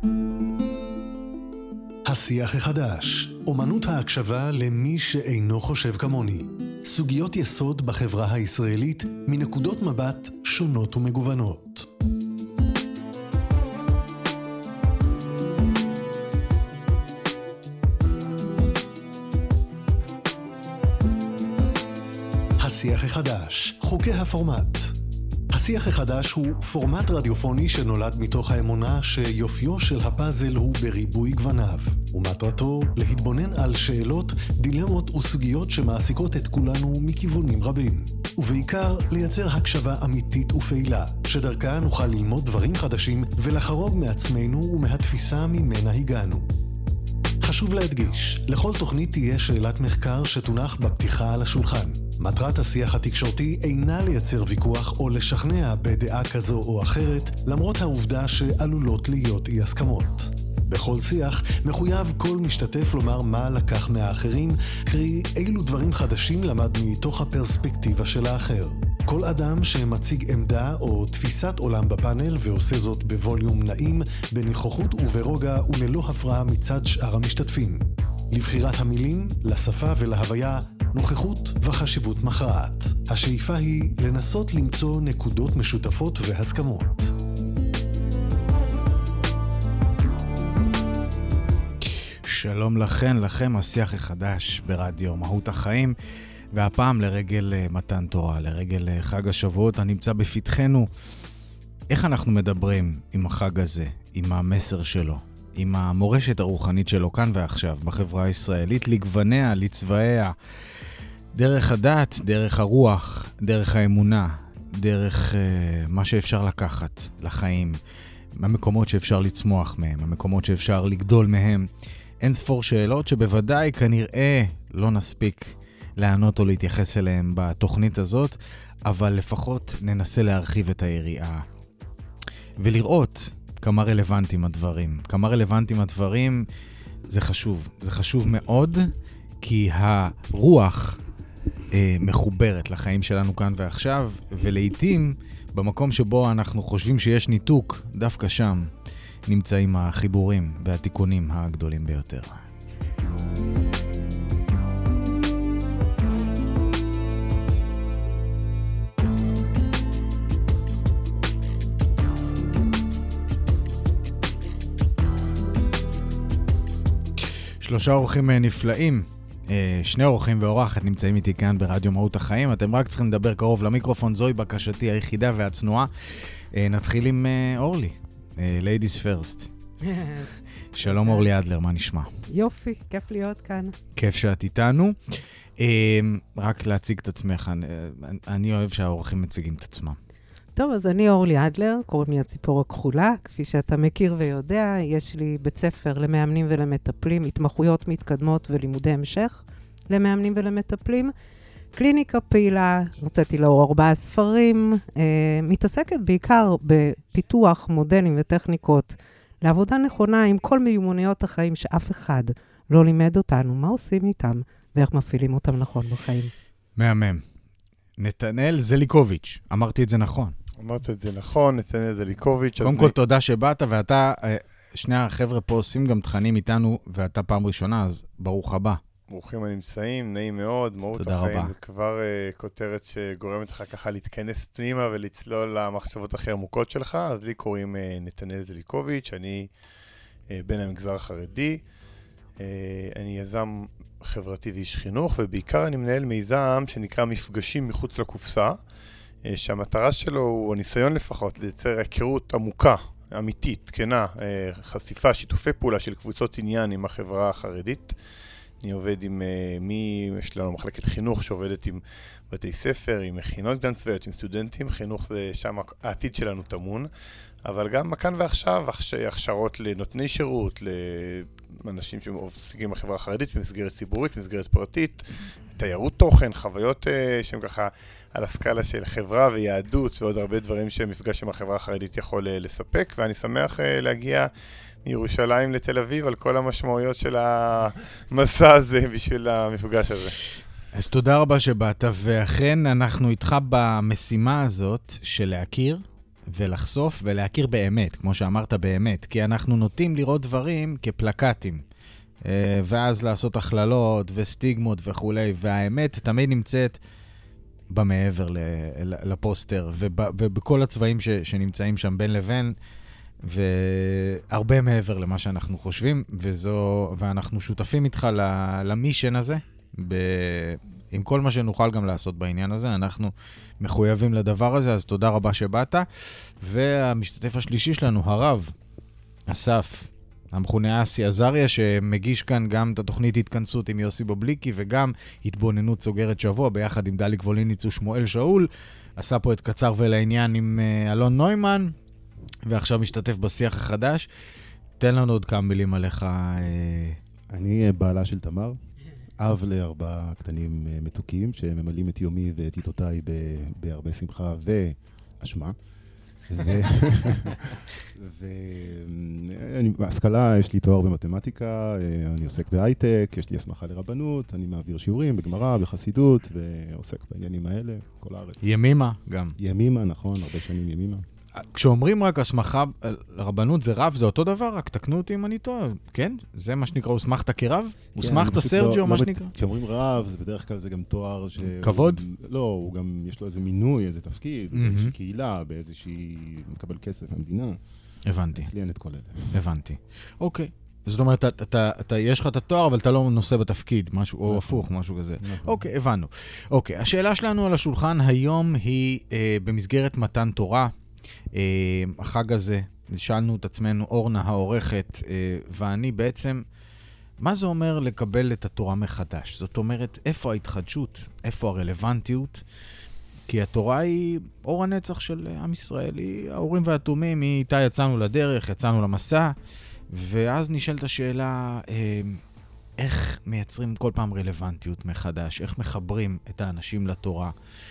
השיח החדש, אומנות ההקשבה למי שאינו חושב כמוני. סוגיות יסוד בחברה הישראלית מנקודות מבט שונות ומגוונות. השיח החדש, חוקי הפורמט. השיח החדש הוא פורמט רדיופוני שנולד מתוך האמונה שיופיו של הפאזל הוא בריבוי גווניו, ומטרתו להתבונן על שאלות, דילמות וסוגיות שמעסיקות את כולנו מכיוונים רבים, ובעיקר לייצר הקשבה אמיתית ופעילה, שדרכה נוכל ללמוד דברים חדשים ולחרוג מעצמנו ומהתפיסה ממנה הגענו. חשוב להדגיש, לכל תוכנית תהיה שאלת מחקר שתונח בפתיחה על השולחן. מטרת השיח התקשורתי אינה לייצר ויכוח או לשכנע בדעה כזו או אחרת, למרות העובדה שעלולות להיות אי הסכמות. בכל שיח מחויב כל משתתף לומר מה לקח מהאחרים, קרי אילו דברים חדשים למד מתוך הפרספקטיבה של האחר. כל אדם שמציג עמדה או תפיסת עולם בפאנל ועושה זאת בווליום נעים, בנוכחות וברוגע וללא הפרעה מצד שאר המשתתפים. לבחירת המילים, לשפה ולהוויה, נוכחות וחשיבות מכרעת. השאיפה היא לנסות למצוא נקודות משותפות והסכמות. שלום לכם, השיח החדש ברדיו מהות החיים, והפעם לרגל מתן תורה, לרגל חג השבועות הנמצא בפתחנו. איך אנחנו מדברים עם החג הזה, עם המסר שלו, עם המורשת הרוחנית שלו כאן ועכשיו בחברה הישראלית, לגווניה, לצבעיה, דרך הדת, דרך הרוח, דרך האמונה, דרך מה שאפשר לקחת לחיים, המקומות שאפשר לצמוח מהם, המקומות שאפשר לגדול מהם. אין ספור שאלות שבוודאי כנראה לא נספיק לענות או להתייחס אליהם בתוכנית הזאת, אבל לפחות ננסה להרחיב את היריעה ולראות כמה רלוונטיים הדברים. כמה רלוונטיים הדברים זה חשוב. זה חשוב מאוד, כי הרוח מחוברת לחיים שלנו כאן ועכשיו, ולעיתים במקום שבו אנחנו חושבים שיש ניתוק, דווקא שם נמצאים החיבורים והתיקונים הגדולים ביותר. שלושה אורחים נפלאים, שני אורחים ואורחת נמצאים איתי כאן ברדיו מהות החיים. אתם רק צריכים לדבר קרוב למיקרופון, זוהי בקשתי היחידה והצנועה. נתחיל עם אורלי, ladies first. שלום אורלי אדלר, מה נשמע? יופי, כיף להיות כאן. כיף שאת איתנו. רק להציג את עצמך, אני אוהב שהאורחים מציגים את עצמם. טוב, אז אני אורלי אדלר, קוראים לי הציפור הכחולה, כפי שאתה מכיר ויודע, יש לי בית ספר למאמנים ולמטפלים, התמחויות מתקדמות ולימודי המשך למאמנים ולמטפלים, קליניקה פעילה, הוצאתי לאור 4 ספרים, מתעסקת בעיקר בפיתוח מודלים וטכניקות לעבודה נכונה עם כל מיומנויות החיים שאף אחד לא לימד אותנו, מה עושים איתם ואיך מפעילים אותם נכון בחיים. מהמם. נתנאל זליקוביץ', אמרתי את זה נכון. אמרת את זה נכון, נתנאל זליקוביץ'. קודם כל תודה שבאת, ואתה, שני החבר'ה פה עושים גם תכנים איתנו, ואתה פעם ראשונה, אז ברוך הבא. ברוכים הנמצאים, נעים מאוד, מהות החיים. זה כבר כותרת שגורמת לך ככה להתכנס פנימה ולצלול למחשבות הכי עמוקות שלך. אז לי קוראים נתנאל זליקוביץ', אני בן המגזר החרדי, אני יזם חברתי ואיש חינוך, ובעיקר אני מנהל מיזם שנקרא מפגשים מחוץ לקופסה, שהמטרה שלו הוא הניסיון לפחות לייצר היכרות עמוקה, אמיתית, כנה, חשיפה, שיתופי פעולה של קבוצות עניין עם החברה החרדית. אני עובד עם יש לנו מחלקת חינוך שעובדת עם בתי ספר, עם מכינות קדם צבאיות, עם סטודנטים. חינוך זה שם העתיד שלנו טמון, אבל גם מכאן ועכשיו, הכשרות לנותני שירות, לאנשים שעוסקים בחברה החרדית, במסגרת ציבורית, במסגרת פרטית, תיירות תוכן, חוויות שהם ככה על הסקאלה של חברה ויהדות, ועוד הרבה דברים שמפגש עם החברה החרדית יכול לספק, ואני שמח להגיע מירושלים לתל אביב על כל המשמעויות של המסע הזה בשביל המפגש הזה. אז תודה רבה שבאת, ואכן אנחנו איתך במשימה הזאת של להכיר ולחשוף ולהכיר באמת, כמו שאמרת באמת, כי אנחנו נוטים לראות דברים כפלקטים, ואז לעשות הכללות וסטיגמות וכו', והאמת תמיד נמצאת במעבר לפוסטר, ובכל הצבעים שנמצאים שם בין לבין, והרבה מעבר למה שאנחנו חושבים, ואנחנו שותפים איתך למישן הזה, עם כל מה שנוכל גם לעשות בעניין הזה, אנחנו מחויבים לדבר הזה, אז תודה רבה שבאת. והמשתתף השלישי שלנו, הרב, אסף, המכונה אסי עזריה, שמגיש כאן גם את התוכנית התכנסות עם יוסי בובליקי, וגם התבוננות סוגרת שבוע, ביחד עם דלי גבוליניץ ושמואל שאול, עשה פה את קצר ולעניין עם אלון נוימן, ועכשיו משתתף בשיח החדש. תן לנו עוד כמה מילים עליך. אני בעלה של תמר. אב ל4 קטנים מתוקים, שממלאים את יומי ואת עיתותיי בהרבה שמחה ואשמה. בהשכלה יש לי תואר במתמטיקה, אני עוסק בהייטק, יש לי הסמכה לרבנות, אני מעביר שיעורים בגמרא, בחסידות, ועוסק בעניינים האלה, כל הארץ. ימימה גם. ימימה, נכון, הרבה שנים ימימה. כשאומרים רק הסמכה לרבנות זה רב, זה אותו דבר? רק תקנו אותי אם אני טועה, כן? זה מה שנקרא, הוסמכת כרב? הוסמכת סרג'יו, מה שנקרא? כשאומרים רב, זה בדרך כלל זה גם תואר ש... כבוד? לא, הוא גם, יש לו איזה מינוי, איזה תפקיד, באיזושהי קהילה, באיזושהי... מקבל כסף מהמדינה. הבנתי. אצלי אין את כל אלה. הבנתי. אוקיי. זאת אומרת, יש לך את התואר, אבל אתה לא נושא בתפקיד, משהו, או הפוך, משהו כזה. אוקיי, הבנו. אוקיי, השאלה שלנו על השולחן היום היא במסגרת מתן תורה. החג הזה, שאלנו את עצמנו, אורנה העורכת, ואני בעצם, מה זה אומר לקבל את התורה מחדש? זאת אומרת, איפה ההתחדשות? איפה הרלוונטיות? כי התורה היא אור הנצח של עם ישראל, היא האורים והתומים, איתה יצאנו לדרך, יצאנו למסע, ואז נשאלת השאלה, איך מייצרים כל פעם רלוונטיות מחדש? איך מחברים את האנשים לתורה?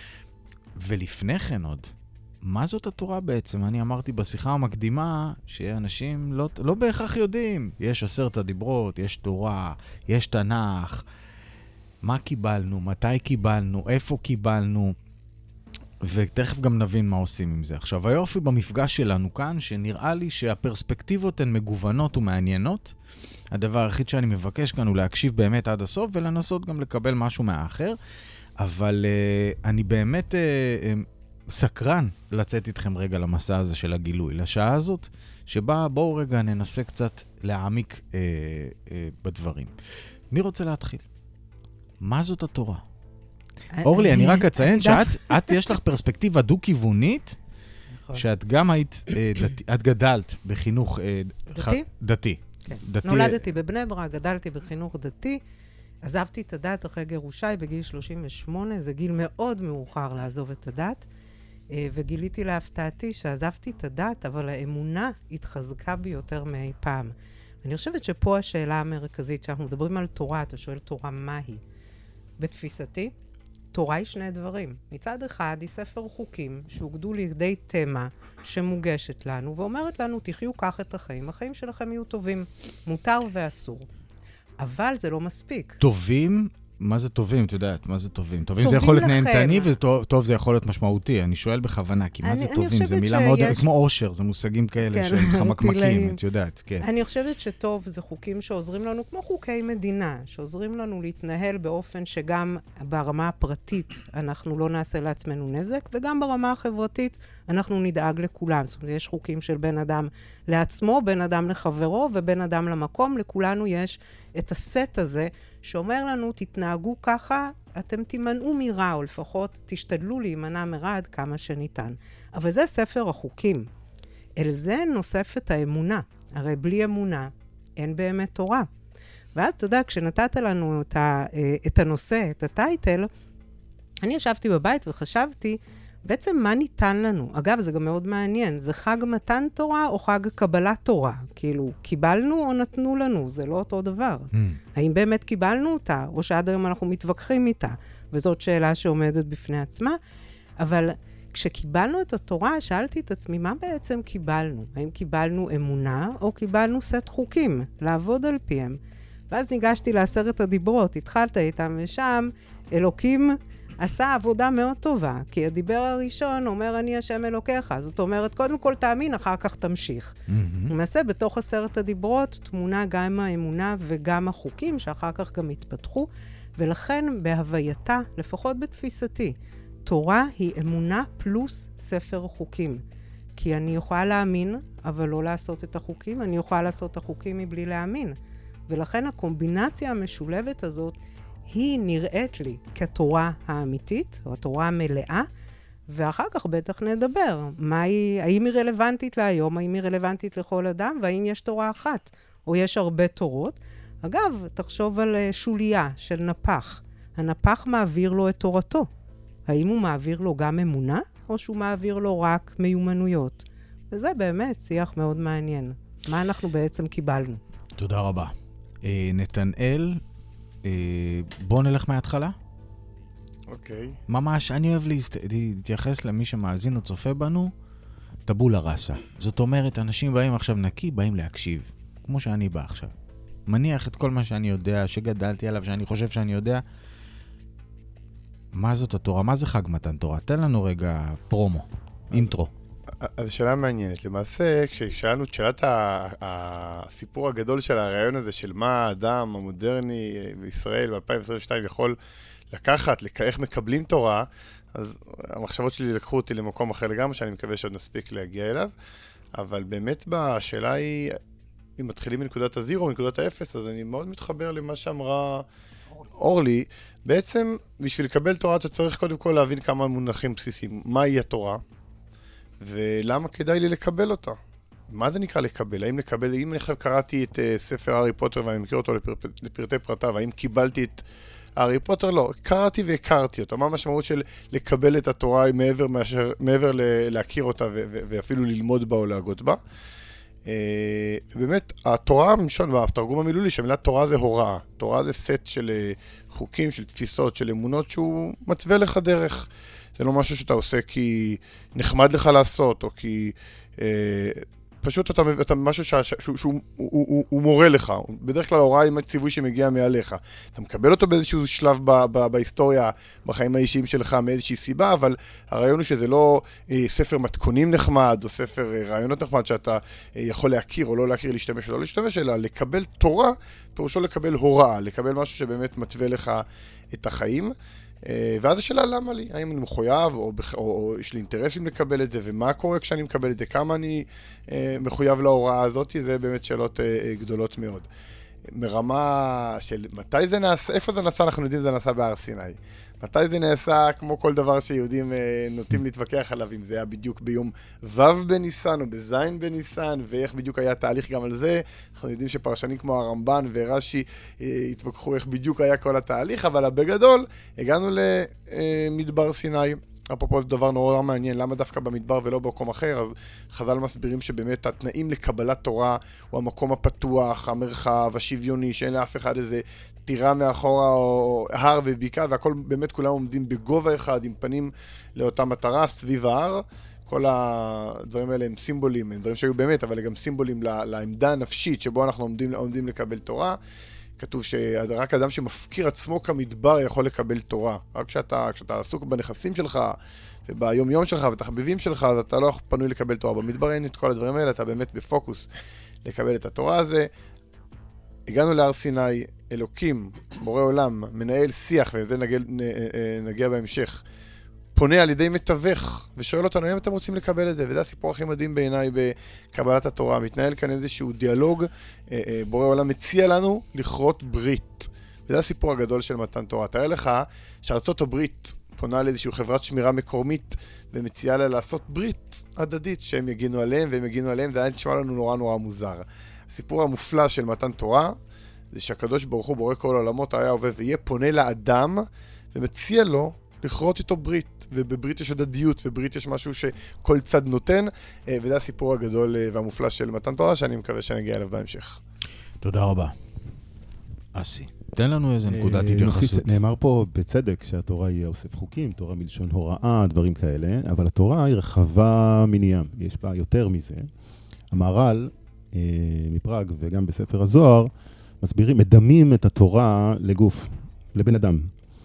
ולפני כן עוד, מה זאת התורה בעצם? אני אמרתי בשיחה המקדימה שאנשים לא בהכרח יודעים. יש 10 הדיברות, יש תורה, יש תנ"ך. מה קיבלנו? מתי קיבלנו? איפה קיבלנו? ותכף גם נבין מה עושים עם זה. עכשיו, היופי במפגש שלנו כאן, שנראה לי שהפרספקטיבות הן מגוונות ומעניינות. הדבר היחיד שאני מבקש כאן הוא להקשיב באמת עד הסוף, ולנסות גם לקבל משהו מהאחר. אבל אני באמת... סקרן לצאת איתכם רגע למסע הזה של הגילוי, לשעה הזאת, שבה בואו רגע ננסה קצת להעמיק בדברים. מי רוצה להתחיל? מה זאת התורה? אורלי, אני רק אציין שאת יש לך פרספקטיבה דו-כיוונית, שאת גם היית, את גדלת בחינוך דתי. נולדתי בבני ברק, גדלתי בחינוך דתי, עזבתי את הדת אחרי גירושי בגיל 38, זה גיל מאוד מאוחר לעזוב את הדת, וגיליתי להפתעתי שעזבתי את הדת, אבל האמונה התחזקה בי יותר מאי פעם. אני חושבת שפה השאלה המרכזית, שאנחנו מדברים על תורה, אתה שואל תורה מהי? בתפיסתי, תורה היא 2 דברים. מצד אחד היא ספר חוקים שהוגדו לידי תמה שמוגשת לנו, ואומרת לנו, תחיו כך את החיים, החיים שלכם יהיו טובים, מותר ואסור. אבל זה לא מספיק. טובים? מה זה טובים? את יודעת, מה זה טובים? טובים זה יכול להיות נהנתני, וטוב זה יכול להיות משמעותי. אני שואל בכוונה, כי מה זה טובים? זה מילה מאוד, כמו אושר, זה מושגים כאלה שהם חמקמקים, את יודעת, כן. אני חושבת שטוב זה חוקים שעוזרים לנו, כמו חוקי מדינה, שעוזרים לנו להתנהל באופן שגם ברמה הפרטית אנחנו לא נעשה לעצמנו נזק, וגם ברמה החברתית אנחנו נדאג לכולם. זאת אומרת, יש חוקים של בן אדם לעצמו, בן אדם לחברו, ובן אדם למקום. לכולנו יש את הסט הזה שאומר לנו, תתנהגו ככה, אתם תימנעו מרע, או לפחות תשתדלו להימנע מרע עד כמה שניתן. אבל זה ספר החוקים. אל זה נוספת האמונה. הרי בלי אמונה אין באמת תורה. ואז אתה יודע, כשנתת לנו את הנושא, את הטייטל, אני ישבתי בבית וחשבתי, בעצם מה ניתן לנו? אגב, זה גם מאוד מעניין. זה חג מתן תורה או חג קבלת תורה? כאילו, קיבלנו או נתנו לנו? זה לא אותו דבר. האם באמת קיבלנו אותה? או שעד היום אנחנו מתווכחים איתה? וזאת שאלה שעומדת בפני עצמה. אבל כשקיבלנו את התורה, שאלתי את עצמי, מה בעצם קיבלנו? האם קיבלנו אמונה או קיבלנו סט חוקים? לעבוד על פיהם. ואז ניגשתי ל10 הדיברות, התחלת איתם, ושם אלוקים עשה עבודה מאוד טובה, כי הדיבר הראשון אומר, אני השם אלוקיך. זאת אומרת, קודם כל תאמין, אחר כך תמשיך. למעשה, בתוך 10 הדיברות, תמונה גם האמונה וגם החוקים, שאחר כך גם התפתחו, ולכן בהווייתה, לפחות בתפיסתי, תורה היא אמונה פלוס ספר חוקים. כי אני יכולה להאמין, אבל לא לעשות את החוקים, אני יכולה לעשות את החוקים מבלי להאמין. ולכן הקומבינציה המשולבת הזאת, היא נראית לי כתורה האמיתית, או התורה המלאה, ואחר כך בטח נדבר. האם היא רלוונטית להיום, האם היא רלוונטית לכל אדם, והאם יש תורה אחת, או יש הרבה תורות. אגב, תחשוב על שוליה של נפח. הנפח מעביר לו את תורתו. האם הוא מעביר לו גם אמונה, או שהוא מעביר לו רק מיומנויות? וזה באמת שיח מאוד מעניין. מה אנחנו בעצם קיבלנו? תודה רבה. נתנאל, בוא נלך מההתחלה. אוקיי. ממש, אני אוהב להתייחס למי שמאזין או צופה בנו, טבולה ראסה. זאת אומרת, אנשים באים עכשיו נקי, באים להקשיב. כמו שאני בא עכשיו. מניח את כל מה שאני יודע, שגדלתי עליו, שאני חושב שאני יודע. מה זאת התורה? מה זה חג מתן תורה? תן לנו רגע פרומו, אינטרו. אז שאלה מעניינת. למעשה, כששאלנו את שאלת הסיפור הגדול של הרעיון הזה, של מה האדם המודרני בישראל ב-2022 יכול לקחת, איך מקבלים תורה, אז המחשבות שלי לקחו אותי למקום אחר לגמרי, שאני מקווה שעוד נספיק להגיע אליו. אבל באמת בשאלה היא, אם מתחילים מנקודת הזירו, מנקודת האפס, אז אני מאוד מתחבר למה שאמרה אורלי. בעצם, בשביל לקבל תורה, אתה צריך קודם כל להבין כמה מונחים בסיסיים. מהי התורה? ולמה כדאי לי לקבל אותה? מה זה נקרא לקבל? האם לקבל, אם אני חושב קראתי את ספר הארי פוטר ואני מכיר אותו לפרטי פרטיו, האם קיבלתי את הארי פוטר? לא, קראתי והכרתי אותו. מה המשמעות של לקבל את התורה מעבר להכיר אותה ואפילו ללמוד בה או להגות בה? ובאמת, התורה, בתרגום המילולי, שהמילה תורה זה הוראה. תורה זה סט של חוקים, של תפיסות, של אמונות שהוא מצווה לך דרך. זה לא משהו שאתה עושה כי נחמד לך לעשות, או כי פשוט אתה משהו שהוא מורה לך. בדרך כלל ההוראה היא ציווי שמגיע מעליך. אתה מקבל אותו באיזשהו שלב בהיסטוריה, בחיים האישיים שלך, מאיזושהי סיבה, אבל הרעיון הוא שזה לא ספר מתכונים נחמד, או ספר רעיונות נחמד שאתה יכול להכיר או לא להכיר, להשתמש או לא להשתמש, אלא לקבל תורה, פירושו לקבל הוראה, לקבל משהו שבאמת מתווה לך את החיים. ואז השאלה למה לי, האם אני מחויב או יש לי אינטרסים לקבל את זה, ומה קורה כשאני מקבל את זה, כמה אני מחויב להוראה הזאת, זה באמת שאלות גדולות מאוד. מרמה של מתי זה נעשה, איפה זה נעשה, אנחנו יודעים זה נעשה בהר סיני. מתי זה נעשה, כמו כל דבר שיהודים נוטים להתווכח עליו, אם זה היה בדיוק ביום ו' בניסן או בזין בניסן, ואיך בדיוק היה תהליך גם על זה. אנחנו יודעים שפרשנים כמו הרמב"ן ורש"י התווכחו איך בדיוק היה כל התהליך, אבל בגדול הגענו למדבר סיני. אפרופו זה דבר נורא מעניין, למה דווקא במדבר ולא במקום אחר? אז חז"ל מסבירים שבאמת התנאים לקבלת תורה הוא המקום הפתוח, המרחב, השוויוני, שאין לאף אחד איזה טירה מאחורה או הר ובקעה, והכל באמת כולם עומדים בגובה אחד עם פנים לאותה מטרה סביב ההר. כל הדברים האלה הם סימבולים, הם דברים שהיו באמת, אבל גם סימבולים לעמדה הנפשית שבו אנחנו עומדים לקבל תורה. כתוב שרק אדם שמפקיר עצמו כמדבר יכול לקבל תורה. רק כשאתה עסוק בנכסים שלך וביום יום שלך ובתחביבים שלך, אז אתה לא פנוי לקבל תורה. במדבר אין את כל הדברים האלה, אתה באמת בפוקוס לקבל את התורה הזה. הגענו להר סיני, אלוקים, בורא עולם, מנהל שיח, וזה נגיע בהמשך, פונה על ידי מתווך ושואל אותנו אם אתם רוצים לקבל את זה, וזה הסיפור הכי מדהים בעיניי בקבלת התורה. מתנהל כאן איזשהו דיאלוג, בורא עולם מציע לנו לכרות ברית, וזה הסיפור הגדול של מתן תורה. תראה לך שארצות הברית פונה על איזושהי חברת שמירה מקומית ומציעה לה לעשות ברית הדדית, שהם יגינו עליהם והם יגינו עליהם, זה היה נשמע לנו נורא נורא מוזר. הסיפור המופלא של מתן תורה זה שהקדוש ברוך הוא בורא כל העולמות היה עובד ויהיה פונה לאדם ומציע לו לכרות איתו ברית, ובברית יש הדדיות, וברית יש משהו שכל צד נותן, וזה הסיפור הגדול והמופלא של מתן תורה, שאני מקווה שנגיע אליו בהמשך. תודה רבה. אסי, תן לנו איזה נקודת התייחסות. נאמר פה בצדק שהתורה היא אוסף חוקים, תורה מלשון הוראה, דברים כאלה, אבל התורה היא רחבה מניין, יש בה יותר מזה. המהר"ל מפראג וגם בספר הזוהר מסבירים, מדמים את התורה לגוף, לבן אדם.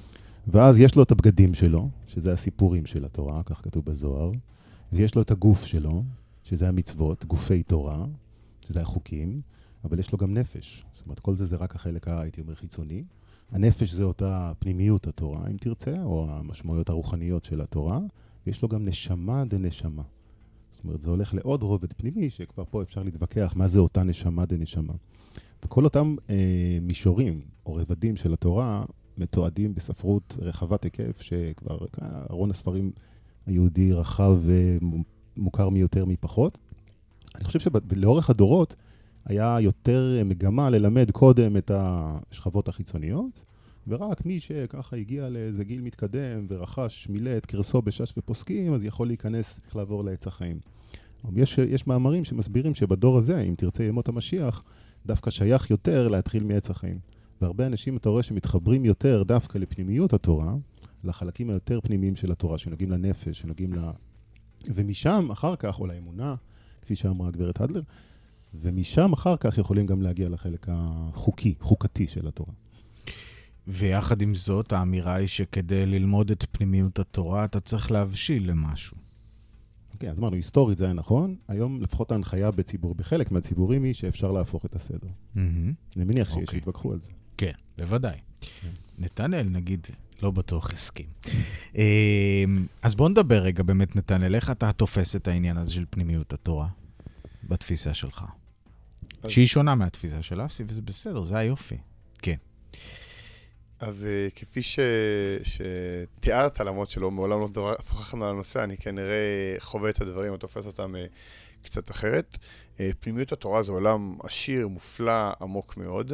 ואז יש לו את הבגדים שלו, שזה הסיפורים של התורה, כך כתוב בזוהר, ויש לו את הגוף שלו, שזה המצוות, גופי תורה, שזה החוקים, אבל יש לו גם נפש. זאת אומרת, כל זה רק החלק, הייתי אומר, חיצוני. הנפש זה אותה פנימיות התורה, אם תרצה, או המשמעויות הרוחניות של התורה, ויש לו גם נשמה דנשמה. זאת אומרת, זה הולך לעוד רובד פנימי, שכבר פה אפשר להתווכח מה זה אותה נשמה דנשמה. וכל אותם מישורים או רבדים של התורה מתועדים בספרות רחבת היקף, שכבר ארון הספרים היהודי רחב ומוכר מיותר מפחות. אני חושב שלאורך הדורות היה יותר מגמה ללמד קודם את השכבות החיצוניות, ורק מי שככה הגיע לאיזה גיל מתקדם ורכש מילא את קרסו בשש ופוסקים, אז יכול להיכנס לעבור לעץ החיים. יש מאמרים שמסבירים שבדור הזה, אם תרצה ימות המשיח, דווקא שייך יותר להתחיל מעץ החיים. והרבה אנשים אתה רואה שמתחברים יותר דווקא לפנימיות התורה, לחלקים היותר פנימיים של התורה, שנוגעים לנפש, שנוגעים ומשם אחר כך, או לאמונה, כפי שאמרה גברת אדלר, ומשם אחר כך יכולים גם להגיע לחלק חוקתי של התורה. ויחד עם זאת, האמירה היא שכדי ללמוד את פנימיות התורה, אתה צריך להבשיל למשהו. אוקיי, אז אמרנו, היסטורית זה היה נכון. היום לפחות ההנחיה בחלק מהציבורים היא שאפשר להפוך את הסדר. אני מניח שיש שיתווכחו על זה. כן, בוודאי. נתנאל, נגיד, לא בטוח הסכים. אז בוא נדבר רגע באמת, נתנאל, איך אתה תופס את העניין הזה של פנימיות התורה בתפיסה שלך? שהיא שונה מהתפיסה של אסי, וזה בסדר, זה היופי. כן. אז כפי שתיארת, למרות שלא מעולם לא שוחחנו על הנושא, אני כנראה חווה את הדברים ותופס אותם קצת אחרת. פנימיות התורה זה עולם עשיר, מופלא, עמוק מאוד.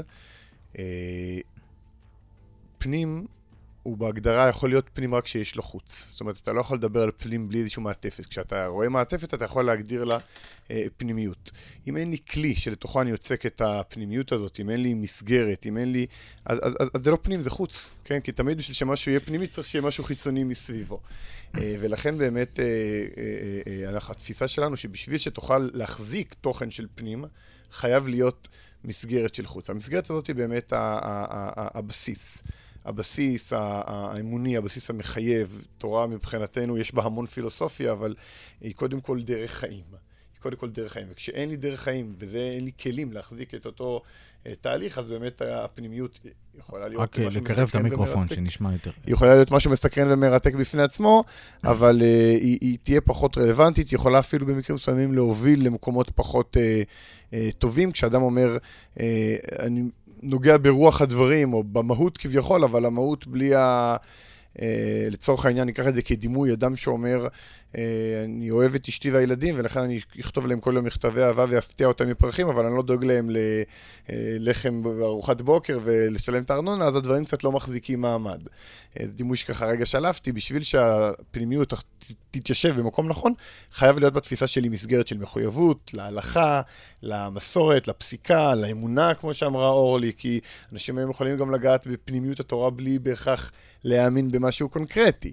פנים הוא בהגדרה יכול להיות פנים רק שיש לו חוץ. זאת אומרת, אתה לא יכול לדבר על פנים בלי איזשהו מעטפת. כשאתה רואה מעטפת, אתה יכול להגדיר לה פנימיות. אם אין לי כלי שלתוכו אני יוצק את הפנימיות הזאת, אם אין לי מסגרת, אם אין לי... אז זה לא פנים, זה חוץ. כן? כי תמיד בשביל שמשהו יהיה פנימי, צריך שיהיה משהו חיצוני מסביבו. ולכן באמת התפיסה שלנו שבשביל שתוכל להחזיק תוכן של פנים, חייב להיות מסגרת של חוץ. המסגרת הזאת היא באמת הבסיס. הבסיס האמוני, הבסיס המחייב. תורה מבחינתנו יש בה המון פילוסופיה, אבל היא קודם כל דרך חיים. היא קודם כל דרך חיים. וכשאין לי דרך חיים, אין לי כלים להחזיק את אותו תהליך, אז באמת הפנימיות יכולה להיות משהו מסקרן ומרתק. רק לקרב את המיקרופון שנשמע יותר. היא יכולה להיות משהו מסקרן ומרתק בפני עצמו, אבל היא תהיה פחות רלוונטית, היא יכולה אפילו במקרים מסוימים להוביל למקומות פחות טובים. כשאדם אומר, אני נוגע ברוח הדברים, או במהות כביכול, אבל המהות בלי לצורך העניין, ניקח את זה כדימוי, אדם שאומר, אני אוהב את אשתי והילדים, ולכן אני אכתוב להם כל יום מכתבי אהבה ויפתיע אותם מפרחים, אבל אני לא דואג להם ללחם בארוחת בוקר ולשלם את הארנונה, אז הדברים קצת לא מחזיקים מעמד. זה דימוי שככה רגע שלפתי, בשביל שהפנימיות תתיישב במקום נכון, חייב להיות בתפיסה שלי מסגרת של מחויבות, להלכה, למסורת, לפסיקה, לאמונה, כמו שאמרה אורלי, כי אנשים היום יכולים גם לגעת בפנימיות התורה בלי בהכרח להאמין במשהו קונקרטי.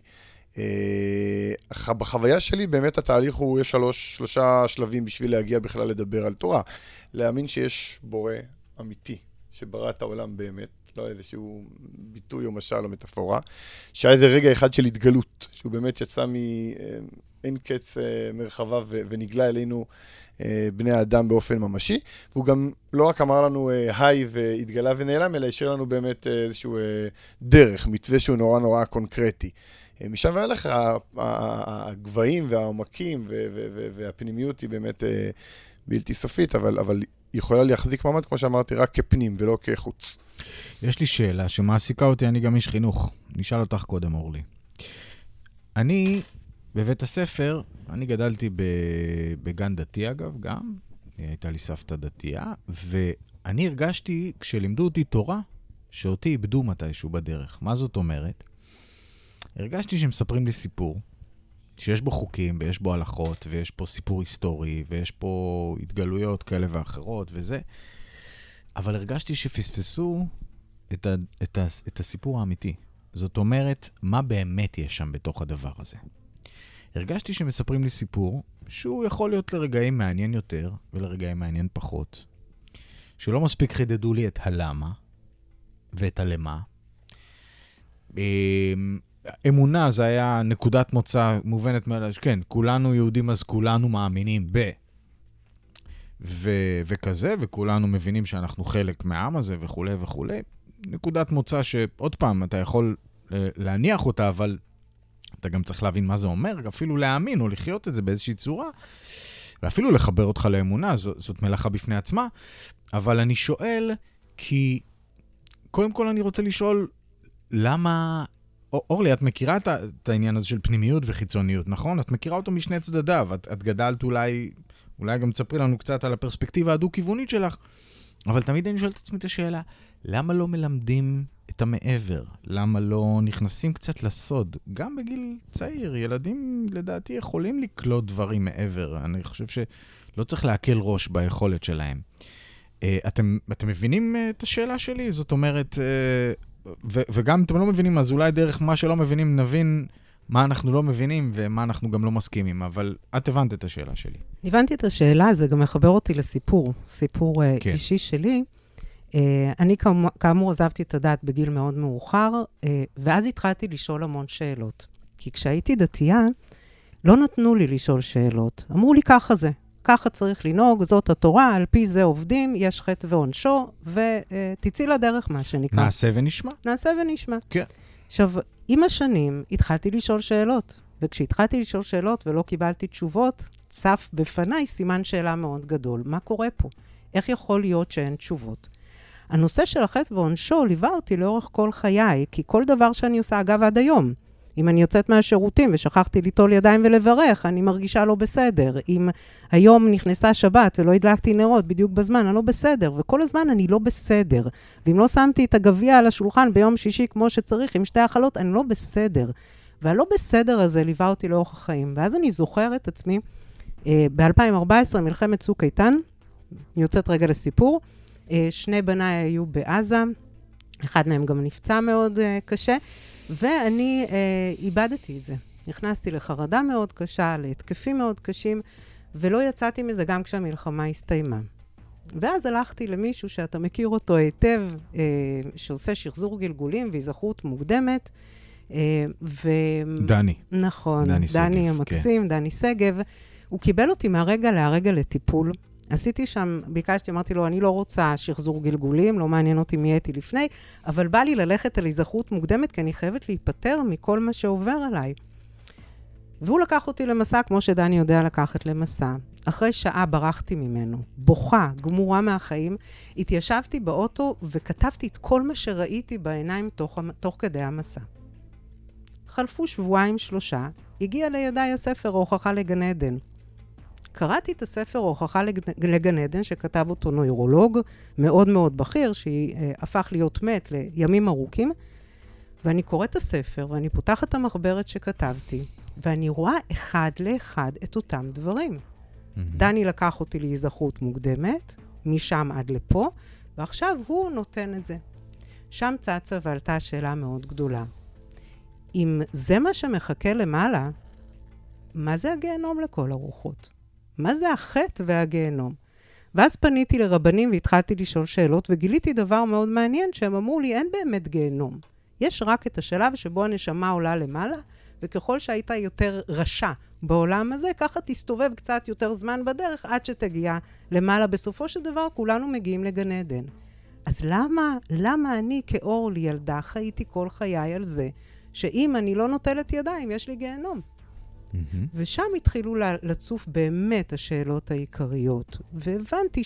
בחוויה שלי באמת התהליך הוא, יש שלושה שלבים בשביל להגיע בכלל לדבר על תורה. להאמין שיש בורא אמיתי, שברא את העולם באמת, לא איזשהו ביטוי או משל או מטאפורה, שהיה איזה רגע אחד של התגלות, שהוא באמת יצא מאין קץ מרחבה ונגלה אלינו בני האדם באופן ממשי, והוא גם לא רק אמר לנו היי והתגלה ונעלם, אלא השאיר לנו באמת איזשהו דרך, מתווה שהוא נורא נורא קונקרטי. משם והלך הגבהים והעומקים והפנימיות היא באמת בלתי סופית, אבל יכולה להחזיק מעמד, כמו שאמרתי, רק כפנים ולא כחוץ. יש לי שאלה שמעסיקה אותי, אני גם איש חינוך. נשאל אותך קודם, אורלי. אני, בבית הספר, אני גדלתי בגן דתי אגב, גם. הייתה לי סבתא דתייה, ואני הרגשתי, כשלימדו אותי תורה, שאותי איבדו מתישהו בדרך. מה זאת אומרת? הרגשתי שמספרים לי סיפור, שיש בו חוקים, ויש בו הלכות, ויש פה סיפור היסטורי, ויש פה התגלויות כאלה ואחרות, וזה. אבל הרגשתי שפספסו את הסיפור האמיתי. זאת אומרת, מה באמת יש שם בתוך הדבר הזה. הרגשתי שמספרים לי סיפור, שהוא יכול להיות לרגעים מעניין יותר, ולרגעים מעניין פחות. שלא מספיק חידדו לי את הלמה, ואת הלמה, אמונה זה היה נקודת מוצא מובנת מאליו, כן, כולנו יהודים אז כולנו מאמינים וכזה, וכולנו מבינים שאנחנו חלק מהעם הזה וכו' וכו'. נקודת מוצא שעוד פעם אתה יכול להניח אותה, אבל אתה גם צריך להבין מה זה אומר, אפילו להאמין או לחיות את זה באיזושהי צורה, ואפילו לחבר אותך לאמונה, זאת מלאכה בפני עצמה. אבל אני שואל, כי קודם כל אני רוצה לשאול, למה... אורלי, את מכירה את העניין הזה של פנימיות וחיצוניות, נכון? את מכירה אותו משני צדדיו, את גדלת אולי גם תספרי לנו קצת על הפרספקטיבה הדו-כיוונית שלך, אבל תמיד אני שואל את עצמי את השאלה, למה לא מלמדים את המעבר? למה לא נכנסים קצת לסוד? גם בגיל צעיר, ילדים לדעתי יכולים לקלוט דברים מעבר. אני חושב שלא צריך להקל ראש ביכולת שלהם. אתם מבינים את השאלה שלי? זאת אומרת, וגם אם אתם לא מבינים, אז אולי דרך מה שלא מבינים נבין מה אנחנו לא מבינים ומה אנחנו גם לא מסכימים, אבל את הבנת את השאלה שלי. הבנתי את השאלה, זה גם מחבר אותי לסיפור, סיפור כן. אישי שלי. אני כאמור עזבתי את הדת בגיל מאוד מאוחר, ואז התחלתי לשאול המון שאלות. כי כשהייתי דתייה, לא נתנו לי לשאול שאלות. אמרו לי ככה זה, ככה צריך לנהוג, זאת התורה, על פי זה עובדים, יש חטא ועונשו, ותצאי לדרך מה שנקרא. נעשה ונשמע. נעשה ונשמע. כן. עכשיו, עם השנים התחלתי לשאול שאלות, וכשהתחלתי לשאול שאלות ולא קיבלתי תשובות, צף בפניי סימן שאלה מאוד גדול. מה קורה פה? איך יכול להיות שאין תשובות? הנושא של החטא ועונשו ליווה אותי לאורך כל חיי, כי כל דבר שאני עושה, אגב, עד היום, אם אני יוצאת מהשירותים ושכחתי ליטול ידיים ולברך, אני מרגישה לא בסדר. אם היום נכנסה שבת ולא הדלקתי נרות בדיוק בזמן, אני לא בסדר, וכל הזמן אני לא בסדר. ואם לא שמתי את הגביע על השולחן ביום שישי כמו שצריך, עם שתי החלות, אני לא בסדר. והלא בסדר הזה ליווה אותי לאורך החיים. ואז אני זוכרת עצמי, ב-2014, מלחמת צוק איתן, אני יוצאת רגע לסיפור, שני בניי היו בעזה, אחד מהם גם נפצע מאוד קשה, ואני איבדתי את זה. נכנסתי לחרדה מאוד קשה, להתקפים מאוד קשים, ולא יצאתי מזה גם כשהמלחמה הסתיימה. ואז הלכתי למישהו שאתה מכיר אותו היטב, שעושה שחזור גלגולים והיזכרות מוקדמת, דני. נכון, דני סגב, דני המקסים, כן. דני סגב. הוא קיבל אותי מהרגע להרגע לטיפול. עשיתי שם, ביקשתי, אמרתי לו, אני לא רוצה שחזור גלגולים, לא מעניין אותי מי הייתי לפני, אבל בא לי ללכת על היזכרות מוקדמת, כי אני חייבת להיפטר מכל מה שעובר עליי. והוא לקח אותי למסע, כמו שדני יודע לקחת למסע. אחרי שעה ברחתי ממנו, בוכה, גמורה מהחיים, התיישבתי באוטו וכתבתי את כל מה שראיתי בעיניים תוך כדי המסע. חלפו 2-3 שבועות, הגיע לידיי הספר הוכחה לגן עדן. קראתי את הספר הוכחה לגן עדן, שכתב אותו נוירולוג מאוד מאוד בכיר, שהפך להיות מת לימים ארוכים, ואני קוראת את הספר, ואני פותחת את המחברת שכתבתי, ואני רואה אחד לאחד את אותם דברים. דני לקח אותי להיזכרות מוקדמת, משם עד לפה, ועכשיו הוא נותן את זה. שם צצה ועלתה שאלה מאוד גדולה. אם זה מה שמחכה למעלה, מה זה הגיהנום לכל הרוחות? מה זה החטא והגיהנום? ואז פניתי לרבנים והתחלתי לשאול שאלות, וגיליתי דבר מאוד מעניין, שהם אמרו לי, אין באמת גיהנום. יש רק את השלב שבו הנשמה עולה למעלה, וככל שהיית יותר רשע בעולם הזה, ככה תסתובב קצת יותר זמן בדרך, עד שתגיע למעלה. בסופו של דבר, כולנו מגיעים לגן עדן. אז למה אני כאורלי ילדה חייתי כל חיי על זה, שאם אני לא נוטלת ידיים, יש לי גיהנום? ושם התחילו לצוף באמת השאלות העיקריות, והבנתי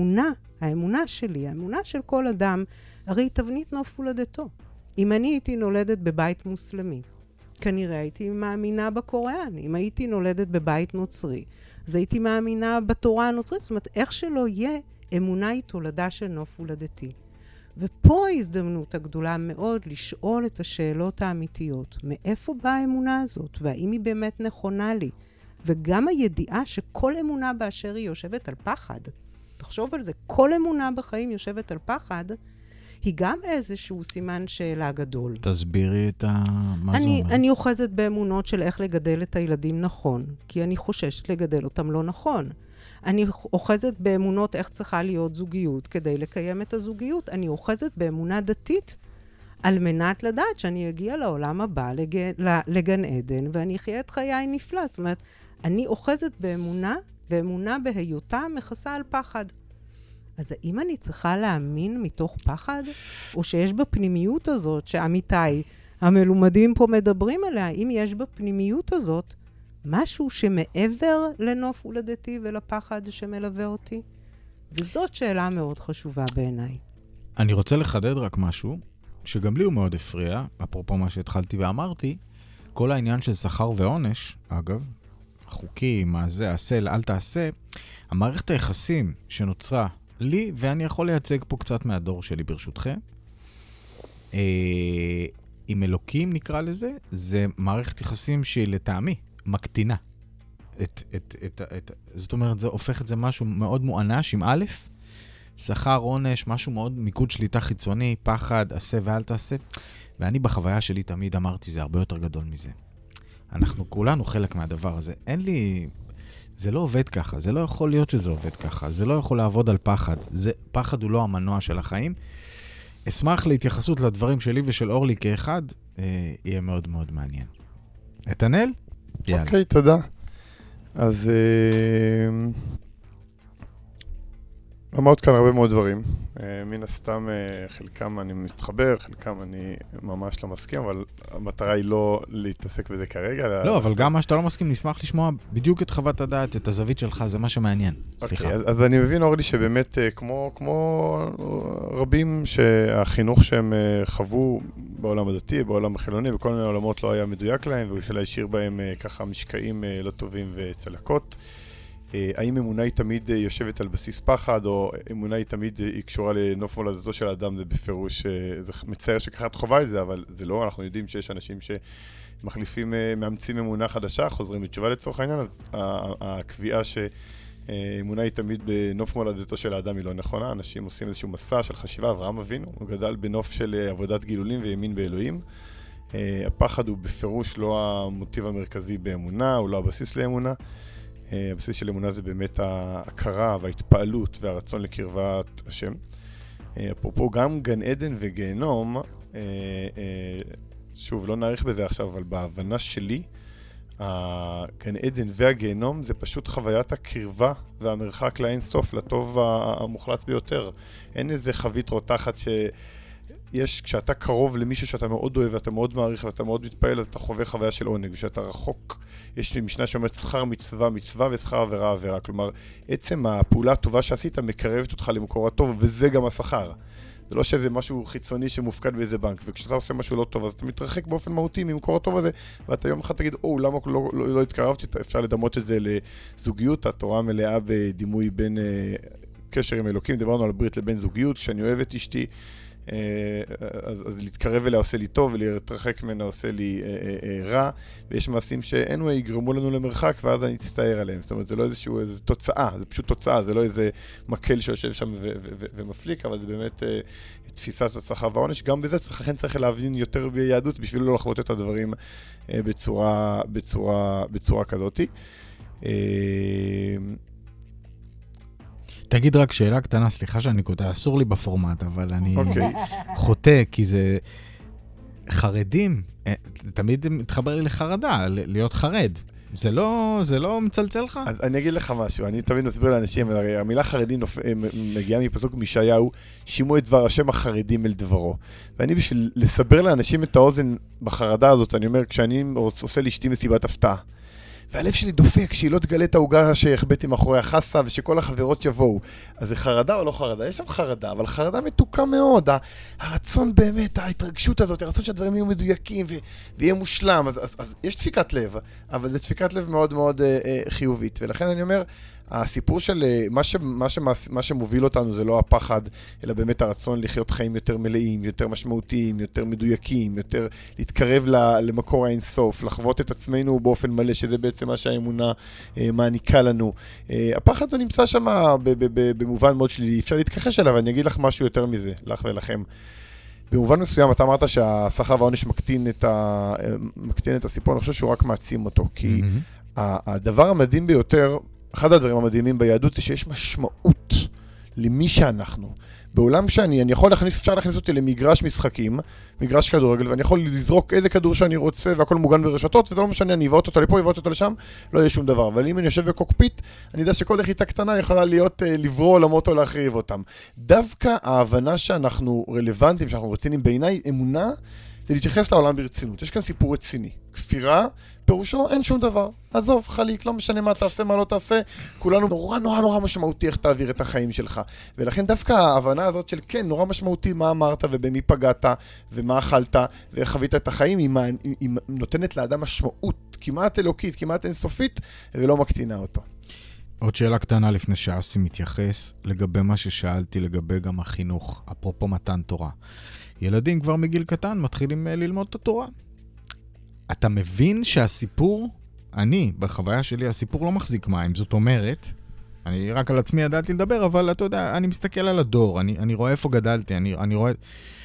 האמונה שלי, האמונה של כל אדם, הרי תבנית נוף הולדתו. אם אני הייתי נולדת בבית מוסלמי, כנראה הייתי מאמינה בקוראן. אם הייתי נולדת בבית נוצרי, אז הייתי מאמינה בתורה הנוצרית. זאת אומרת, איך שלא יהיה, אמונה היא תולדה של נוף הולדתי. ופה ההזדמנות הגדולה מאוד לשאול את השאלות האמיתיות. מאיפה באה האמונה הזאת? והאם היא באמת נכונה לי? וגם הידיעה שכל אמונה באשר היא יושבת על פחד. תחשוב על זה, כל אמונה בחיים יושבת על פחד, היא גם איזשהו סימן שאלה גדול. תסבירי את מה זה אומר. אני אוחזת באמונות של איך לגדל את הילדים נכון, כי אני חוששת לגדל אותם לא נכון. אני אוחזת באמונות איך צריכה להיות זוגיות כדי לקיים את הזוגיות. אני אוחזת באמונה דתית על מנת לדעת שאני אגיע לעולם הבא, לגן עדן, ואני אחיה את חיי נפלא. זאת אומרת, אני אוחזת באמונה, ואמונה בהיותה מכסה על פחד. אז האם אני צריכה להאמין מתוך פחד, או שיש בפנימיות הזאת, שעמיתיי המלומדים פה מדברים עליה, אם יש בפנימיות הזאת משהו שמעבר לנוף הולדתי ולפחד שמלווה אותי? וזאת שאלה מאוד חשובה בעיניי. אני רוצה לחדד רק משהו, שגם לי הוא מאוד הפריע, אפרופו מה שהתחלתי ואמרתי, כל העניין של שכר ועונש, אגב, החוקים, מה זה, עשה, אל תעשה, המערכת היחסים שנוצרה לי, ואני יכול לייצג פה קצת מהדור שלי ברשותכם, עם אלוקים נקרא לזה, זה מערכת יחסים שהיא לטעמי מקטינה. זאת אומרת, זה הופך את זה משהו מאוד מואנש עם א', שכר, עונש, משהו מאוד מיקוד שליטה חיצוני, פחד, עשה ואל תעשה. ואני בחוויה שלי תמיד אמרתי, זה הרבה יותר גדול מזה. אנחנו כולנו חלק מהדבר הזה. אין לי... זה לא עובד ככה, זה לא יכול להיות שזה עובד ככה, זה לא יכול לעבוד על פחד. פחד הוא לא המנוע של החיים. אשמח להתייחסות לדברים שלי ושל אורלי כאחד, יהיה מאוד מאוד מעניין. נתנאל? יאללה. אוקיי, תודה. אז אמרת כאן הרבה מאוד דברים. מן הסתם, חלקם אני מתחבר, חלקם אני ממש לא מסכים, אבל המטרה היא לא להתעסק בזה כרגע. לא, אבל גם מה שאתה לא מסכים, נשמח לשמוע בדיוק את חוות הדעת, את הזווית שלך, זה מה שמעניין. סליחה. אז אני מבין, אורלי, שבאמת, כמו רבים שהחינוך שהם חוו בעולם הדתי, בעולם החילוני, בכל מיני עולמות לא היה מדויק להם, והוא שלה השאיר בהם ככה משקעים לא טובים וצלקות. האם אמונה היא תמיד יושבת על בסיס פחד, או אמונה היא תמיד קשורה לנוף מולדתו של האדם, זה בפירוש, זה מצער שככה את חובה את זה, אבל זה לא, אנחנו יודעים שיש אנשים שמחליפים, מאמצים אמונה חדשה, חוזרים בתשובה לצורך העניין, אז הקביעה שאמונה היא תמיד בנוף מולדתו של האדם היא לא נכונה, אנשים עושים איזשהו מסע של חשיבה, אברהם אבינו, הוא גדל בנוף של עבודת גילולים וימין באלוהים, הפחד הוא בפירוש לא המוטיב המרכזי באמונה, הוא לא הבסיס לאמונה, הבסיס של אמונה זה באמת ההכרה וההתפעלות והרצון לקרבת השם. אפרופו גם גן עדן וגיהנום, שוב, לא נעריך בזה עכשיו, אבל בהבנה שלי, הגן עדן והגיהנום זה פשוט חוויית הקרבה והמרחק לאין סוף, לטוב המוחלט ביותר. אין איזה חבית רותחת יש, כשאתה קרוב למישהו שאתה מאוד אוהב ואתה מאוד מעריך ואתה מאוד מתפעל, אז אתה חווה חוויה של עונג. כשאתה רחוק, יש משנה שאומרת שכר מצווה מצווה ושכר עבירה עבירה. כלומר, עצם הפעולה הטובה שעשית מקרבת אותך למקור הטוב, וזה גם השכר. זה לא שזה משהו חיצוני שמופקד באיזה בנק, וכשאתה עושה משהו לא טוב, אז אתה מתרחק באופן מהותי ממקור הטוב הזה, ואתה יום אחד תגיד, למה לא התקרבתי? אפשר לדמות את זה לזוגיות, התורה מלאה בדימוי בין קשר עם אלוקים, דיברנו על ברית לבין זוגיות, כשאני אוהב את אשתי, אז להתקרב אליה עושה לי טוב, ולהתרחק ממנה עושה לי רע, ויש מעשים שאינו יגרמו לנו למרחק, ואז אני אצטער עליהם. זאת אומרת, זה לא איזו תוצאה, זה פשוט תוצאה, זה לא איזה מקל שיושב שם ומפליק, אבל זה באמת תפיסת הצלחה והעונש. גם בזה צריך להבין יותר ביהדות, בשביל לא לחוות את הדברים בצורה כזאת. תגיד רק שאלה קטנה, סליחה שאני קוטע, אסור לי בפורמט, אבל אני חוטא, כי זה חרדים, תמיד מתחבר לי לחרדה, להיות חרד. זה לא מצלצל לך? אני אגיד לך משהו, אני תמיד מסביר לאנשים, הרי המילה חרדים מגיעה מפסוק מישעיהו, שימו את דבר השם החרדים אל דברו. ואני בשביל לסבר לאנשים את האוזן בחרדה הזאת, אני אומר, כשאני עושה לאשתי מסיבת הפתעה, והלב שלי דופק שהיא לא תגלה את ההוגה שהחבאתי מאחורי החסה ושכל החברות יבואו. אז זה חרדה או לא חרדה? יש שם חרדה, אבל חרדה מתוקה מאוד. הרצון באמת, ההתרגשות הזאת, הרצון שהדברים יהיו מדויקים ויהיה מושלם. אז יש דפיקת לב, אבל זה דפיקת לב מאוד מאוד חיובית. ולכן אני אומר, הסיפור של מה שמוביל אותנו זה לא הפחד, אלא באמת הרצון לחיות חיים יותר מלאים, יותר משמעותיים, יותר מדויקים, יותר להתקרב למקור האינסוף, לחוות את עצמנו באופן מלא, שזה בעצם מה שהאמונה מעניקה לנו. הפחד הוא נמצא שם במובן מאוד שלילי, אפשר להתכחש אליו, אני אגיד לך משהו יותר מזה, לך ולכם. במובן מסוים, אתה אמרת שהשכר והעונש מקטין את הסיפור, אני חושב שהוא רק מעצים אותו, כי הדבר המדהים ביותר, אחד הדברים המדהימים ביהדות זה שיש משמעות למי שאנחנו. בעולם שאני יכול להכניס, אפשר להכניס אותי למגרש משחקים, מגרש כדורגל, ואני יכול לזרוק איזה כדור שאני רוצה, והכל מוגן ברשתות, וזה לא משנה, אני אבעוט אותו לפה, אבעוט אותו לשם, לא יהיה שום דבר. אבל אם אני יושב בקוקפיט, אני יודע שכל לחיצה קטנה יכולה להיות לברוא עולמות או להחריב אותם. דווקא ההבנה שאנחנו רלוונטיים, שאנחנו רציניים בעיניי, אמונה, זה להתייחס לעולם ברצינות. יש כאן סיפור רציני. כפירה, פירושו אין שום דבר. עזוב, חליק, לא משנה מה תעשה, מה לא תעשה. כולנו נורא משמעותי איך תעביר את החיים שלך. ולכן דווקא ההבנה הזאת של כן, נורא משמעותי מה אמרת ובמי פגעת ומה אכלת ואיך חווית את החיים, היא נותנת לאדם משמעות כמעט אלוקית, כמעט אינסופית, ולא מקטינה אותו. עוד שאלה קטנה לפני שאסי מתייחס, לגבי מה ששאלתי, לגבי גם החינוך, אפרופו מתן תורה. ילדים כבר מגיל קטן מתחילים ללמוד את התורה. אתה מבין שהסיפור, בחוויה שלי, הסיפור לא מחזיק מים. זאת אומרת, אני רק על עצמי ידעתי לדבר, אבל אתה יודע, אני מסתכל על הדור, אני רואה איפה גדלתי, אני רואה...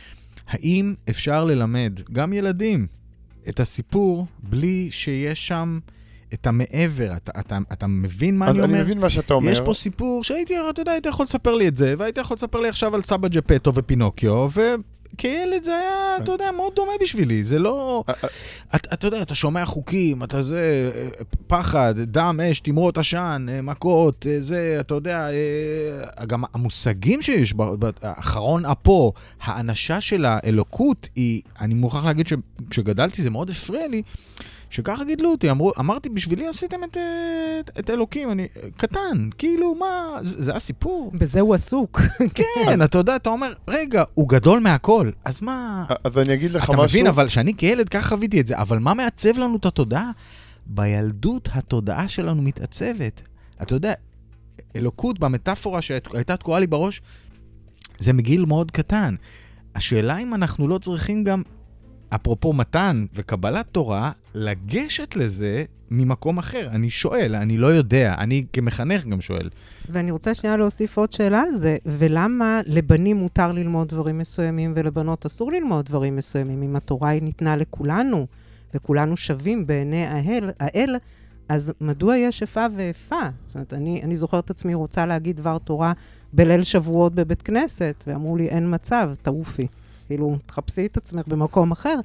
האם אפשר ללמד גם ילדים את הסיפור בלי שיש שם את המעבר? אתה מבין מה אני אומר? אני מבין מה שאתה אומר. יש פה סיפור שהייתי, אתה יודע, היית יכול לספר לי את זה, והיית יכול לספר לי עכשיו על סבא ג'פטו ופינוקיו, כילד זה היה, אתה יודע, מאוד דומה בשבילי, זה לא... אתה יודע, אתה שומע חוקים, אתה זה, פחד, דם, אש, תמרות עשן, מכות, זה, אתה יודע, גם המושגים שיש, האחרון אפו, האנשה של האלוקות, אני מוכרח להגיד שכשגדלתי זה מאוד הפריע לי, שככה גידלו אותי, אמרתי, בשבילי עשיתם את אלוקים, אני קטן, כאילו, מה, זה הסיפור. בזה הוא עסוק. כן, אתה יודע, אתה אומר, רגע, הוא גדול מהכל, אז מה... אז אני אגיד לך משהו... אתה מבין, אבל שאני כילד ככה חוויתי את זה, אבל מה מעצב לנו את התודעה? בילדות התודעה שלנו מתעצבת. אתה יודע, אלוקות במטאפורה שהייתה תקועה לי בראש, זה מגיל מאוד קטן. השאלה אם אנחנו לא צריכים גם... אפרופו מתן וקבלת תורה, לגשת לזה ממקום אחר. אני שואל, אני לא יודע, אני כמחנך גם שואל. ואני רוצה שנייה להוסיף עוד שאלה על זה, ולמה לבנים מותר ללמוד דברים מסוימים ולבנות אסור ללמוד דברים מסוימים? אם התורה היא ניתנה לכולנו, וכולנו שווים בעיני האל, אז מדוע יש איפה ואיפה? זאת אומרת, אני זוכרת את עצמי רוצה להגיד דבר תורה בליל שבועות בבית כנסת, ואמרו לי, אין מצב, תעופי. כאילו, תחפשי את עצמך במקום אחר,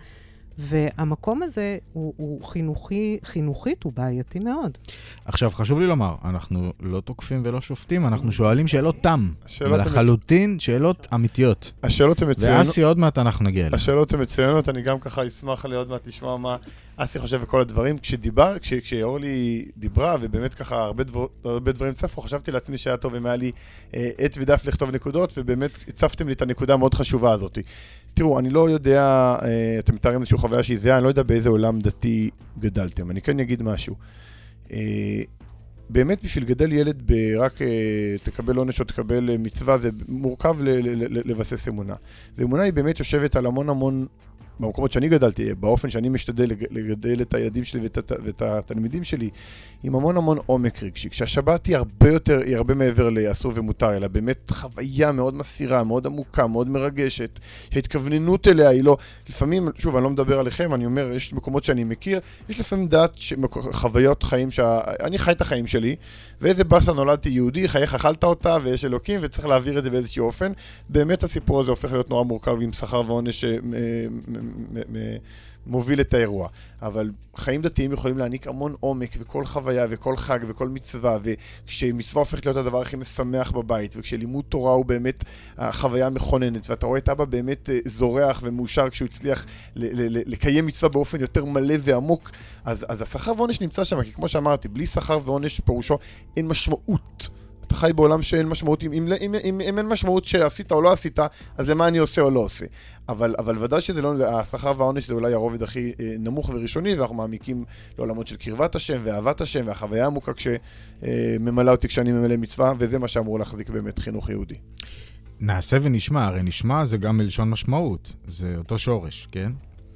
והמקום הזה הוא חינוכית, הוא בעייתי מאוד. עכשיו, חשוב לי לומר, אנחנו לא תוקפים ולא שופטים, אנחנו שואלים שאלות תם, ולחלוטין שאלות אמיתיות. השאלות הן מצוינות. ואסי עוד מעט אנחנו נגיע אליהם. השאלות הן מצוינות, אני גם ככה אשמח לי עוד מעט לשמוע מה אסי חושב וכל הדברים. כשאורלי דיברה, ובאמת ככה הרבה דברים צפו, חשבתי לעצמי שהיה טוב אם היה לי עת ודף לכתוב נקודות, ובאמת הצפתם לי את הנקודה המאוד חשובה הזאת. תראו, אני לא יודע, אתם מתארים איזושהי חוויה שהיא זהה, אני לא יודע באיזה עולם דתי גדלתם. אני כן אגיד משהו. באמת בשביל גדל ילד רק תקבל עונש או תקבל מצווה, זה מורכב לבסס אמונה. ואמונה היא באמת יושבת על המון במקומות שאני גדלתי, באופן שאני משתדל לגדל את הילדים שלי ואת התלמידים שלי, עם המון עומק רגשי. כשהשבת היא הרבה מעבר לאסור ומותר, אלא באמת חוויה מאוד מסירה, מאוד עמוקה, מאוד מרגשת, שההתכווננות אליה היא לא, לפעמים, שוב, אני לא מדבר עליכם, אני אומר, יש מקומות שאני מכיר, יש לפעמים דעת חוויות חיים אני חי את החיים שלי, ואיזה בסה נולדתי יהודי, חייך אכלת אותה, ויש אלוקים, וצריך להעביר את זה באיזשהו אופן. באמת הסיפור הזה הופך להיות נורא מורכב עם שכר ועונש מוביל את האירוע. אבל חיים דתיים יכולים להעניק המון עומק, וכל חוויה, וכל חג, וכל מצווה, וכשמצווה הופכת להיות הדבר הכי משמח בבית, וכשלימוד תורה הוא באמת החוויה המכוננת, ואתה רואה את אבא באמת זורח ומאושר כשהוא הצליח לקיים מצווה באופן יותר מלא ועמוק, אז השכר ועונש נמצא שם, כי כמו שאמרתי, בלי שכר ועונש פירושו אין משמעות. אתה חי בעולם שאין משמעות, אם אין משמעות שעשית או לא עשית, אז למה אני עושה או לא עושה. אבל ודאי שזה לא, השכר והעונש זה אולי הרובד הכי נמוך וראשוני, ואנחנו מעמיקים לעולמות של קרבת השם ואהבת השם, והחוויה העמוקה כשממלא אותי כשאני ממלא מצווה, וזה מה שאמור להחזיק באמת חינוך יהודי. נעשה ונשמע, הרי נשמע זה גם מלשון משמעות, זה אותו שורש, כן?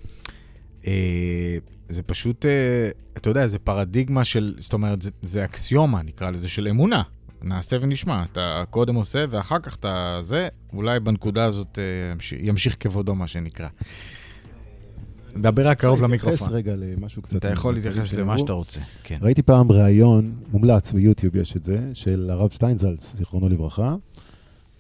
זה פשוט, אתה יודע, זה פרדיגמה של, זאת אומרת, זה אקסיומה, נקרא לזה, של אמונה. נעשה ונשמע, אתה קודם עושה ואחר כך אתה זה, אולי בנקודה הזאת ימשיך כבודו מה שנקרא. דבר רק קרוב למיקרופון. להתייחס רגע למשהו קצת. אתה יכול להתייחס למה שאתה רוצה. ראיתי פעם ראיון, מומלץ ביוטיוב יש את זה, של הרב שטיינזלץ, זיכרונו לברכה,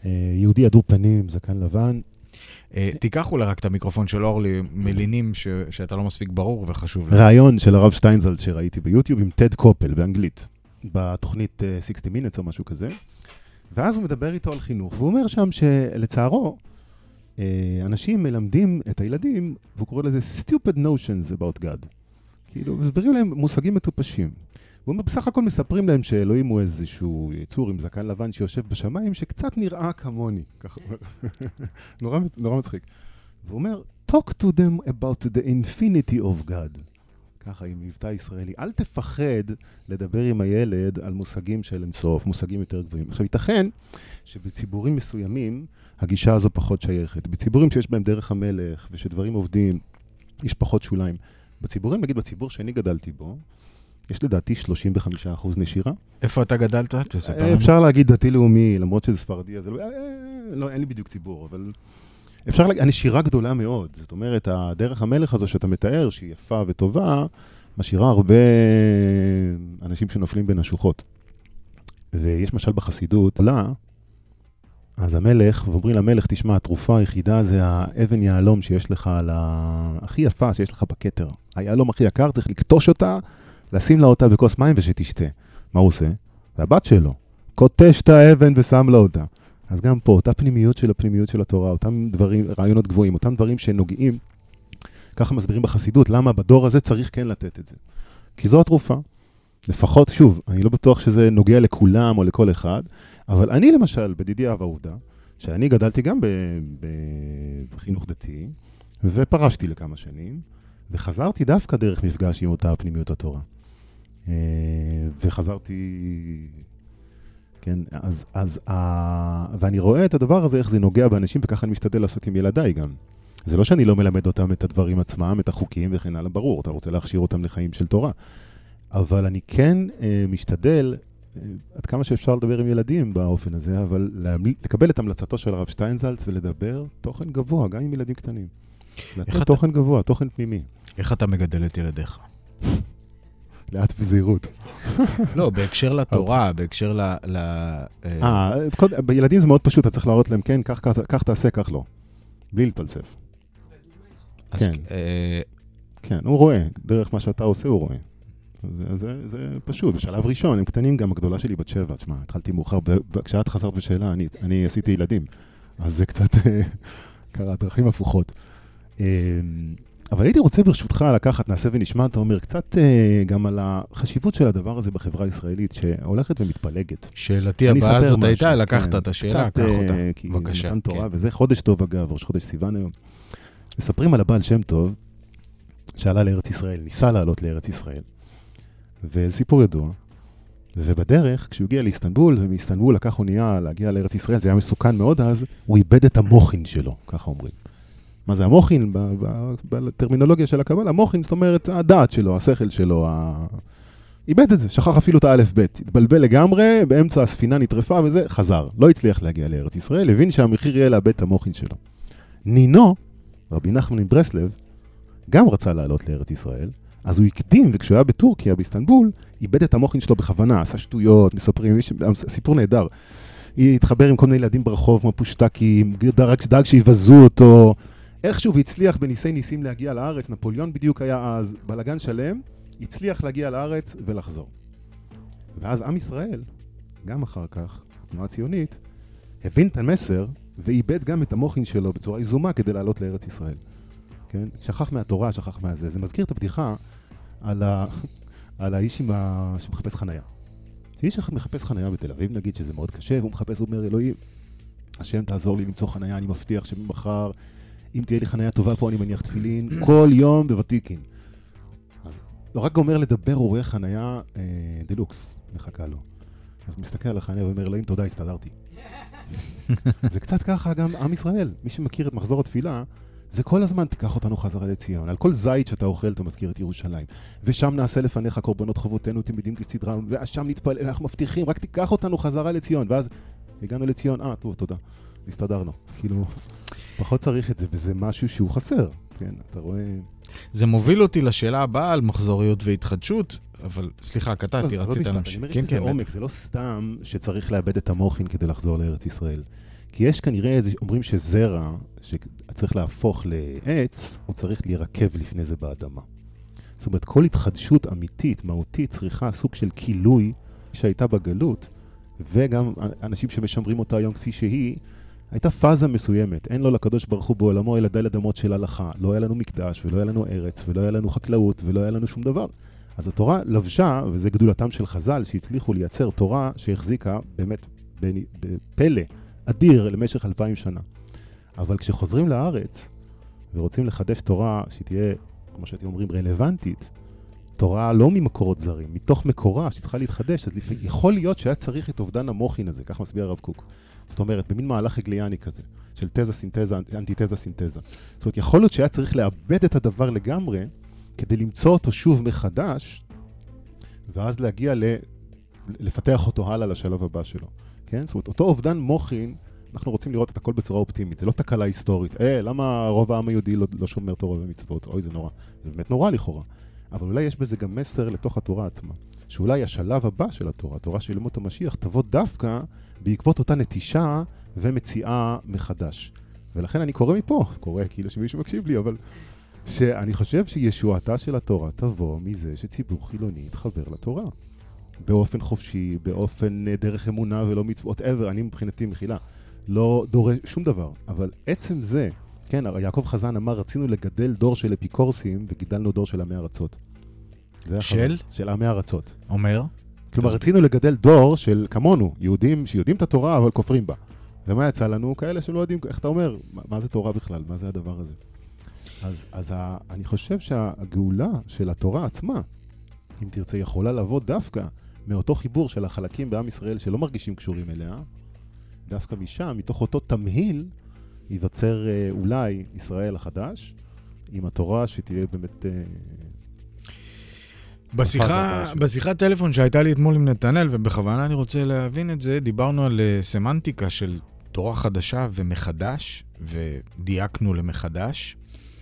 יהודי אדור פנים עם זקן לבן. תיקח אולי רק את המיקרופון של אורלי, מלינים שאתה לא מספיק ברור וחשוב. רעיון של הרב שטיינזלץ שראיתי ביוטיוב עם טד קופל באנגלית, בתוכנית 60 Minutes או משהו כזה, ואז הוא מדבר איתו על חינוך, והוא אומר שם שלצערו, אנשים מלמדים את הילדים, והוא קורא לזה stupid notions about God. כאילו, מסברים להם מושגים מטופשים. הוא אומר, בסך הכל מספרים להם שאלוהים הוא איזשהו יצור עם זקן לבן שיושב בשמיים, שקצת נראה כמוני. ככה הוא אומר. נורא מצחיק. והוא אומר, talk to them about the infinity of God. ככה, עם מבטא ישראלי. אל תפחד לדבר עם הילד על מושגים של אינסוף, מושגים יותר גבוהים. עכשיו, ייתכן שבציבורים מסוימים, הגישה הזו פחות שייכת. בציבורים שיש בהם דרך המלך, ושדברים עובדים, יש פחות שוליים. בציבורים, נגיד בציבור שאני גדלתי בו, יש לדעתי 35% נשירה. איפה אתה גדלת? אפשר להגיד דתי לאומי, למרות שזה ספרדי, אז לא, אין לי בדיוק ציבור, אבל אפשר להגיד, הנשירה גדולה מאוד. זאת אומרת, הדרך המלך הזו שאתה מתאר, שהיא יפה וטובה, משאירה הרבה אנשים שנופלים בין השוחות. ויש משל בחסידות, אז המלך, ואומרים למלך, תשמע, התרופה היחידה זה האבן יעלום שיש לך, הכי יפה שיש לך בכתר. היעלום הכי יקר, צריך לקטוש אותה, לשים לה אותה בכוס מים ושתשתה. מה הוא עושה? זה הבת שלו. קוטש את האבן ושם לה אותה. אז גם פה, אותה פנימיות של הפנימיות של התורה, אותם דברים, רעיונות גבוהים, אותם דברים שנוגעים, ככה מסבירים בחסידות, למה בדור הזה צריך כן לתת את זה. כי זו התרופה. לפחות, שוב, אני לא בטוח שזה נוגע לכולם או לכל אחד, אבל אני למשל, בדידי אהב העובדה, שאני גדלתי גם בחינוך דתי, ופרשתי לכמה שנים, וחזרתי דווקא דרך מפגש עם אותה פנימיות התורה. וחזרתי, כן, ואני רואה את הדבר הזה, איך זה נוגע באנשים, וככה אני משתדל לעשות עם ילדיי גם. זה לא שאני לא מלמד אותם את הדברים עצמם, את החוקים וכן הלאה, ברור, אתה רוצה להכשיר אותם לחיים של תורה. אבל אני כן משתדל, עד כמה שאפשר לדבר עם ילדים באופן הזה, אבל לקבל את המלצתו של הרב שטיינזלץ ולדבר תוכן גבוה, גם עם ילדים קטנים. לתת תוכן גבוה, תוכן פנימי. איך אתה מגדל את ילדיך? לאט בזהירות. לא, בהקשר לתורה, בהקשר בילדים זה מאוד פשוט, אתה צריך להראות להם, כן, כך תעשה, כך לא. בלי להתפלסף. כן, הוא רואה, דרך מה שאתה עושה הוא רואה. זה פשוט, בשלב ראשון, הם קטנים גם, הגדולה שלי בת 7, תשמע, התחלתי מאוחר, כשאת חזרת בשאלה, אני עשיתי ילדים, אז זה קצת קרה, דרכים הפוכות. אבל הייתי רוצה ברשותך לקחת, נעשה ונשמע, אתה אומר, קצת גם על החשיבות של הדבר הזה בחברה הישראלית, שהולכת ומתפלגת. שאלתי הבאה הזאת הייתה, לקחת את השאלה, קח אותה, בבקשה. מתן תורה, וזה חודש טוב אגב, ראש חודש סיוון היום. מספרים על הבעל שם טוב, שעלה לארץ ישראל, ניסה לעלות לארץ ישראל, וזה סיפור ידוע, ובדרך, כשהוא הגיע לאיסטנבול, ומאיסטנבול לקח אונייה להגיע לארץ ישראל, זה היה מסוכן מאוד אז, הוא איבד את המוחין שלו, ככה אומרים. מה זה המוחין? בטרמינולוגיה של הקבלה, המוחין זאת אומרת הדעת שלו, השכל שלו, איבד את זה, שכח אפילו את האלף בית, התבלבל לגמרי, באמצע הספינה נטרפה וזה, חזר, לא הצליח להגיע לארץ ישראל, הבין שהמחיר יהיה לאבד את המוחין שלו. נינו, רבי נחמן מברסלב, גם רצה לעלות לארץ ישראל, אז הוא הקדים, וכשהוא היה בטורקיה, באיסטנבול, איבד את המוחין שלו בכוונה, עשה שטויות, מספרים, סיפור נהדר. היא התחבר עם כל מיני ילדים ברחוב, כמו פושטקים, דאג שיבזו אותו, איכשהו והצליח בניסי ניסים להגיע לארץ, נפוליאון בדיוק היה אז בלגן שלם, הצליח להגיע לארץ ולחזור. ואז עם ישראל, גם אחר כך, תנועה ציונית, הבין את המסר, ואיבד גם את המוחין שלו בצורה איזומה כדי לעלות לארץ ישראל. כן? שכח מהתורה, שכח מהזה. זה מזכיר את הבדיחה על האיש שמחפש חנייה. איש אחד מחפש חנייה בתל אביב, נגיד שזה מאוד קשה, והוא מחפש, הוא אומר, אלוהים, השם תעזור לי למצוא חנייה, אני מבטיח שמחר, אם תהיה לי חנייה טובה פה, אני מניח תפילין, כל יום בוותיקין. אז לא רק אומר לדבר, הוא רואה חנייה דלוקס, מחכה לו. אז הוא מסתכל על החנייה ואומר, אלוהים, תודה, הסתדרתי. זה קצת ככה גם עם ישראל. מי שמכיר את מחזור התפילה, זה כל הזמן תיקח אותנו חזרה לציון. על כל זית שאתה אוכל, אתה מזכיר את ירושלים. ושם נעשה לפניך קורבנות חובותינו, תמידים כסדרם, ושם נתפלל, אנחנו מבטיחים, רק תיקח אותנו חזרה לציון. ואז הגענו לציון, טוב, תודה, הסתדרנו. כאילו, פחות צריך את זה, וזה משהו שהוא חסר. כן, אתה רואה... זה מוביל אותי לשאלה הבאה על מחזוריות והתחדשות, אבל סליחה, קטעתי, רצית להמשיך. אני אומר שזה עומק, זה לא סתם שצריך לאבד את המוחין כדי לחזור לארץ ישראל. כי יש כנראה אומרים שזרע שצריך להפוך לעץ, הוא צריך להירקב לפני זה באדמה. זאת אומרת, כל התחדשות אמיתית, מהותית, צריכה סוג של כילוי שהייתה בגלות, וגם אנשים שמשמרים אותה היום כפי שהיא, הייתה פאזה מסוימת. אין לו לקדוש ברוך הוא בעולמו אלא דל אדמות של הלכה. לא היה לנו מקדש, ולא היה לנו ארץ, ולא היה לנו חקלאות, ולא היה לנו שום דבר. אז התורה לבשה, וזה גדולתם של חז"ל, שהצליחו לייצר תורה שהחזיקה באמת בפלא אדיר למשך 2000 שנה. אבל כשחוזרים לארץ, ורוצים לחדש תורה שתהיה, כמו שאתם אומרים, רלוונטית, תורה לא ממקורות זרים, מתוך מקורה שצריכה להתחדש, אז יכול להיות שהיה צריך את אובדן המוחין הזה, כך מסביר הרב קוק. זאת אומרת, במין מהלך הגליאני כזה, של תזה, סינתזה, אנטיתזה, סינתזה. זאת אומרת, יכול להיות שהיה צריך לאבד את הדבר לגמרי, כדי למצוא אותו שוב מחדש, ואז להגיע לפתח אותו הלאה לשלב הבא שלו. כן? זאת אומרת, אותו אובדן מוחין, אנחנו רוצים לראות את הכל בצורה אופטימית. זה לא תקלה היסטורית. למה רוב העם היהודי לא שומר תורה ומצוות? אוי, זה נורא. זה באמת נורא לכאורה. אבל אולי יש בזה גם מסר לתוך התורה עצמה. שאולי השלב הבא של התורה, התורה של ימות המשיח, תבוא דווקא בעקבות אותה נטישה ומציאה מחדש. ולכן אני קורא מפה, קורא כאילו שמישהו מקשיב לי, אבל שאני חושב שישועתה של התורה תבוא מזה שציבור חילוני יתחבר לתורה. באופן חופשי, באופן דרך אמונה ולא מצוות ever, אני מבחינתי מחילה, לא דורש שום דבר. אבל עצם זה, כן, יעקב חזן אמר, רצינו לגדל דור של אפיקורסים וגידלנו דור של עמי ארצות. של עמי ארצות. אומר? כלומר, רצינו לגדל דור של כמונו, יהודים שיודעים את התורה אבל כופרים בה. ומה יצא לנו? כאלה שלא יודעים, איך אתה אומר, מה זה תורה בכלל? מה זה הדבר הזה? אז אני חושב שהגאולה של התורה עצמה, אם תרצה, יכולה לבוא דווקא מאותו חיבור של החלקים בעם ישראל שלא מרגישים קשורים אליה, דווקא משם, מתוך אותו תמהיל, ייווצר אולי ישראל החדש, עם התורה שתהיה באמת... בשיחת טלפון שהייתה לי אתמול עם נתנאל, ובכוונה אני רוצה להבין את זה, דיברנו על סמנטיקה של תורה חדשה ומחדש, ודייקנו למחדש,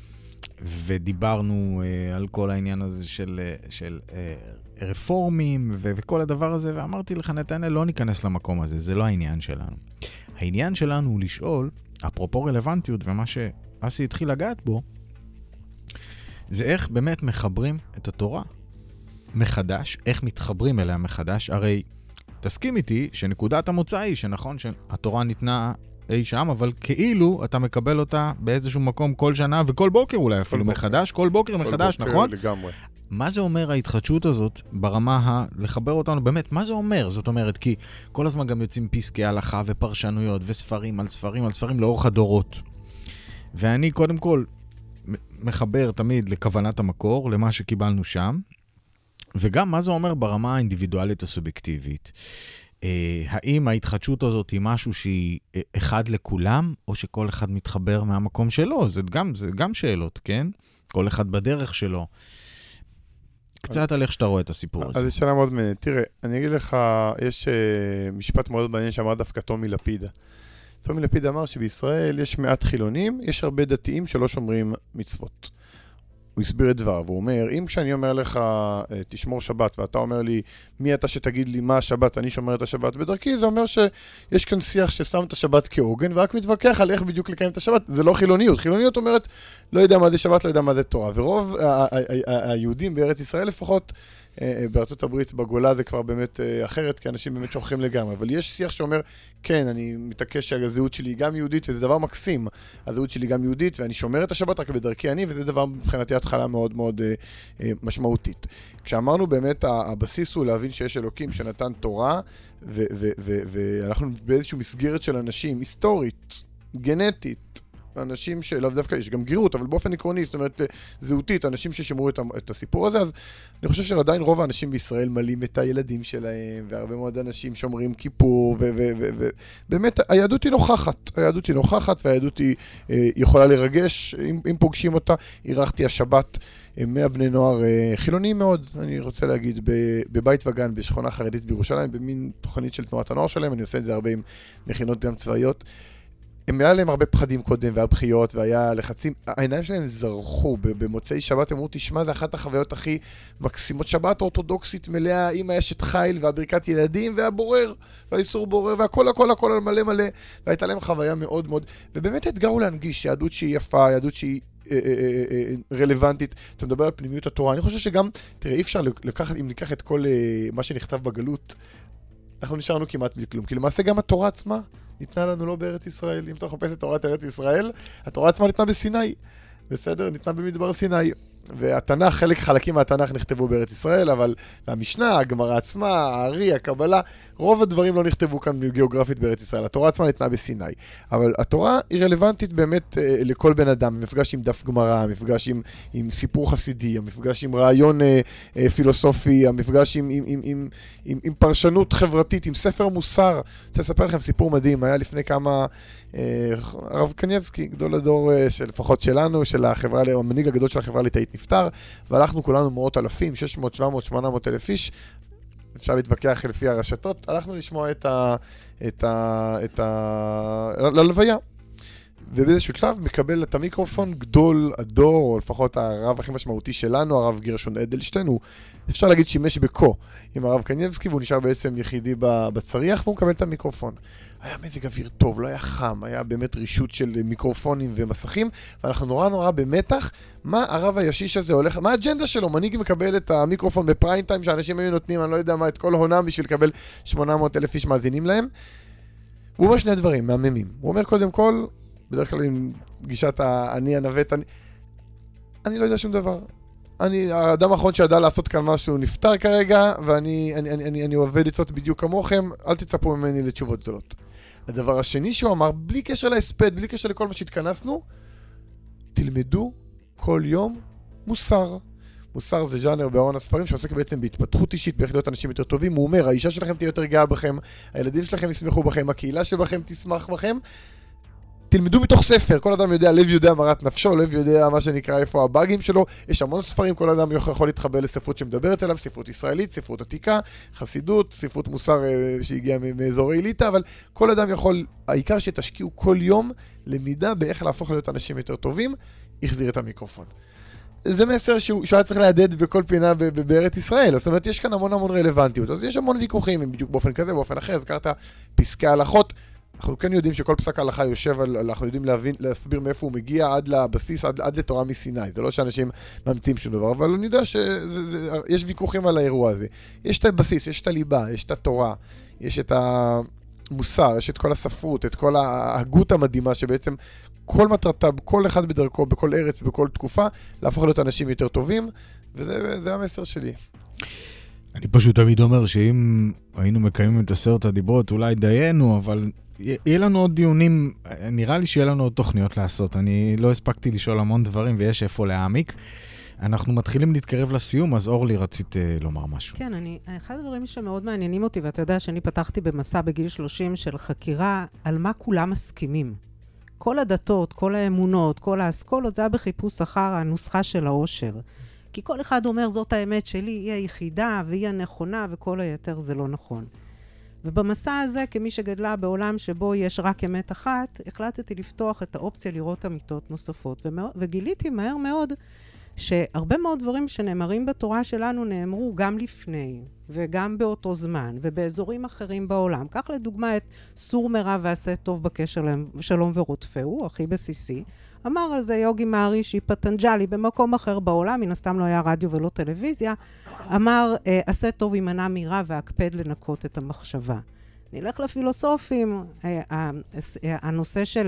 ודיברנו על כל העניין הזה של רפורמים וכל הדבר הזה, ואמרתי לך, נתנאל, לא ניכנס למקום הזה, זה לא העניין שלנו. העניין שלנו הוא לשאול, אפרופו רלוונטיות, ומה שאסי התחיל לגעת בו, זה איך באמת מחברים את התורה מחדש, איך מתחברים אליה מחדש. הרי תסכים איתי שנקודת המוצא היא שנכון שהתורה ניתנה אי שם, אבל כאילו אתה מקבל אותה באיזשהו מקום כל שנה וכל בוקר אולי אפילו מחדש, כל בוקר מחדש, נכון? לגמרי. מה זה אומר ההתחדשות הזאת ברמה לחבר אותנו? באמת, מה זה אומר? זאת אומרת, כי כל הזמן גם יוצאים פסקי הלכה ופרשנויות וספרים על ספרים על ספרים לאורך הדורות. ואני קודם כל מחבר תמיד לכוונת המקור, למה שקיבלנו שם, וגם מה זה אומר ברמה האינדיבידואלית הסובייקטיבית. האם ההתחדשות הזאת היא משהו שהיא אחד לכולם, או שכל אחד מתחבר מהמקום שלו? זה גם שאלות, כן? כל אחד בדרך שלו. קצת על איך שאתה רואה את הסיפור הזה. אז זו שאלה מאוד מעניינת. תראה, אני אגיד לך, יש משפט מאוד מעניין שאמר דווקא טומי לפיד. טומי לפיד אמר שבישראל יש מעט חילונים, יש הרבה דתיים שלא שומרים מצוות. הוא הסביר את דבר, והוא אומר, אם כשאני אומר לך, תשמור שבת, ואתה אומר לי, מי אתה שתגיד לי מה השבת, אני שומר את השבת בדרכי, זה אומר שיש כאן שיח ששם את השבת כעוגן, ורק מתווכח על איך בדיוק לקיים את השבת. זה לא חילוניות. חילוניות אומרת, לא יודע מה זה שבת, לא יודע מה זה תורה. ורוב היהודים בארץ ישראל לפחות, בארצות הברית, בגולה זה כבר באמת אחרת, כי אנשים באמת שוכחים לגמרי. אבל יש שיח שאומר, כן, אני מתעקש שהזהות שלי היא גם יהודית, וזה דבר מקסים. הזהות שלי גם יהודית, ואני שומר את השבת רק בדרכי אני, וזה דבר מבחינתי התחלה מאוד מאוד משמעותית. כשאמרנו באמת, הבסיס הוא להבין שיש אלוקים שנתן תורה, ואנחנו באיזושהי מסגרת של אנשים, היסטורית, גנטית, אנשים שלאו דווקא יש גם גירות, אבל באופן עקרוני, זאת אומרת, זהותית, אנשים ששמרו את הסיפור הזה, אז אני חושב שעדיין רוב האנשים בישראל מלאים את הילדים שלהם, והרבה מאוד אנשים שומרים כיפור, ובאמת, היהדות היא נוכחת, והיהדות היא יכולה לרגש, אם פוגשים אותה. אירחתי השבת 100 בני נוער חילוניים מאוד, אני רוצה להגיד, בבית וגן, בשכונה חרדית בירושלים, במין תוכנית של תנועת הנוער שלהם, אני עושה את זה הרבה עם מכינות גם צבאיות. הם היה להם הרבה פחדים קודם, והיה בחיות, והיה לחצים, העיניים שלהם זרחו, במוצאי שבת הם אמרו, תשמע, זה אחת החוויות הכי מקסימות, שבת אורתודוקסית מלאה, עם האשת חיל, והברכת ילדים, והבורר, והאיסור בורר, והכל, הכל, הכל, מלא מלא, והייתה להם חוויה מאוד מאוד, ובאמת האתגר הוא להנגיש יהדות שהיא יפה, יהדות שהיא רלוונטית. אתה מדבר על פנימיות התורה, אני חושב שגם, תראה, אי אפשר לקחת, אם ניקח את כל מה שנכתב בגלות, אנחנו נשארנו כמעט בלי כלום, כי למעשה גם התורה עצמה ניתנה לנו לא בארץ ישראל. אם אתה חופש את תורת ארץ ישראל, התורה עצמה ניתנה בסיני, בסדר? ניתנה במדבר סיני. והתנ"ך, חלקים מהתנ"ך נכתבו בארץ ישראל, אבל המשנה, הגמרא עצמה, הארי, הקבלה, רוב הדברים לא נכתבו כאן גיאוגרפית בארץ ישראל. התורה עצמה ניתנה בסיני. אבל התורה היא רלוונטית באמת לכל בן אדם. מפגש עם דף גמרא, המפגש עם סיפור חסידי, המפגש עם רעיון פילוסופי, המפגש עם פרשנות חברתית, עם ספר מוסר. אני רוצה לספר לכם סיפור מדהים. היה לפני כמה... הרב קניבסקי, גדול הדור לפחות שלנו, של החברה, המנהיג הגדול של החברה ליטאית נפטר, והלכנו כולנו מאות אלפים, 600, 700, 800 אלף איש, אפשר להתווכח לפי הרשתות, הלכנו לשמוע ללוויה. ובאיזשהו שלב מקבל את המיקרופון גדול הדור, או לפחות הרב הכי משמעותי שלנו, הרב גרשון אדלשטיין, הוא אפשר להגיד שימש בקו עם הרב קניבסקי, והוא נשאר בעצם יחידי בצריח, והוא מקבל את המיקרופון. היה מזג אוויר טוב, לא היה חם, היה באמת רישות של מיקרופונים ומסכים, ואנחנו נורא במתח, מה הרב הישיש הזה הולך, מה האג'נדה שלו? מנהיג מקבל את המיקרופון בפריין טיים, שאנשים היו נותנים, אני לא יודע מה, את כל הונם בשביל לקבל 800,000 איש מאזינים להם. הוא אומר שני דברים, מהממים. הוא אומר קודם כל, בדרך כלל עם גישת אני הנווט, אני לא יודע שום דבר. האדם האחרון שידע לעשות כאן משהו נפטר כרגע, ואני עובד לצעות בדיוק כמוכם, אל תצפו ממני לתשובות גדולות. הדבר השני שהוא אמר, בלי קשר להספד, בלי קשר לכל מה שהתכנסנו, תלמדו כל יום מוסר. מוסר זה ז'אנר בארון הספרים שעוסק בעצם בהתפתחות אישית, באיך להיות אנשים יותר טובים. הוא אומר, האישה שלכם תהיה יותר גאה בכם, הילדים שלכם ישמחו בכם, הקהילה שלכם תשמח בכם. תלמדו מתוך ספר, כל אדם יודע, לב יודע מרת נפשו, לב יודע מה שנקרא איפה הבאגים שלו, יש המון ספרים, כל אדם יכול להתחבר לספרות שמדברת אליו, ספרות ישראלית, ספרות עתיקה, חסידות, ספרות מוסר שהגיעה מאזורי אליטה, אבל כל אדם יכול, העיקר שתשקיעו כל יום למידה באיך להפוך להיות אנשים יותר טובים, החזיר את המיקרופון. זה מסר שהוא היה צריך להדד בכל פינה בארץ ישראל, זאת אומרת, יש כאן המון רלוונטיות, אז יש המון ויכוחים, אם בדיוק באופן כזה, באופן אחר, הזכרת פסקי הלכות, אנחנו כן יודעים שכל פסק ההלכה יושב אנחנו יודעים להסביר מאיפה הוא מגיע עד לבסיס, עד לתורה מסיני. זה לא שאנשים ממציאים שום דבר, אבל אני יודע שיש ויכוחים על האירוע הזה. יש את הבסיס, יש את הליבה, יש את התורה, יש את המוסר, יש את כל הספרות, את כל ההגות המדהימה שבעצם כל מטרתה, כל אחד בדרכו, בכל ארץ, בכל תקופה, להפוך להיות אנשים יותר טובים, וזה המסר שלי. אני פשוט תמיד אומר שאם היינו מקיימים את 10 הדיברות, אולי דיינו, אבל יהיה לנו עוד דיונים, נראה לי שיהיה לנו עוד תוכניות לעשות. אני לא הספקתי לשאול המון דברים ויש איפה להעמיק. אנחנו מתחילים להתקרב לסיום, אז אורלי רצית לומר משהו. כן, אחד הדברים שמאוד מעניינים אותי, ואתה יודע שאני פתחתי במסע בגיל 30 של חקירה על מה כולם מסכימים. כל הדתות, כל האמונות, כל האסכולות, זה היה בחיפוש אחר הנוסחה של האושר. כי כל אחד אומר, זאת האמת שלי, היא היחידה והיא הנכונה, וכל היתר זה לא נכון. ובמסע הזה, כמי שגדלה בעולם שבו יש רק אמת אחת, החלטתי לפתוח את האופציה לראות אמיתות נוספות. וגיליתי מהר מאוד שהרבה מאוד דברים שנאמרים בתורה שלנו נאמרו גם לפני, וגם באותו זמן, ובאזורים אחרים בעולם. כך לדוגמה את סור מרע ועשה טוב בקשר שלום ורודפהו, הכי בסיסי. אמר על זה יוגי מהרישי פטנג'לי במקום אחר בעולם, מן הסתם לא היה רדיו ולא טלוויזיה, אמר עשה טוב ימנע מרע והקפד לנקות את המחשבה. נלך לפילוסופים, הנושא של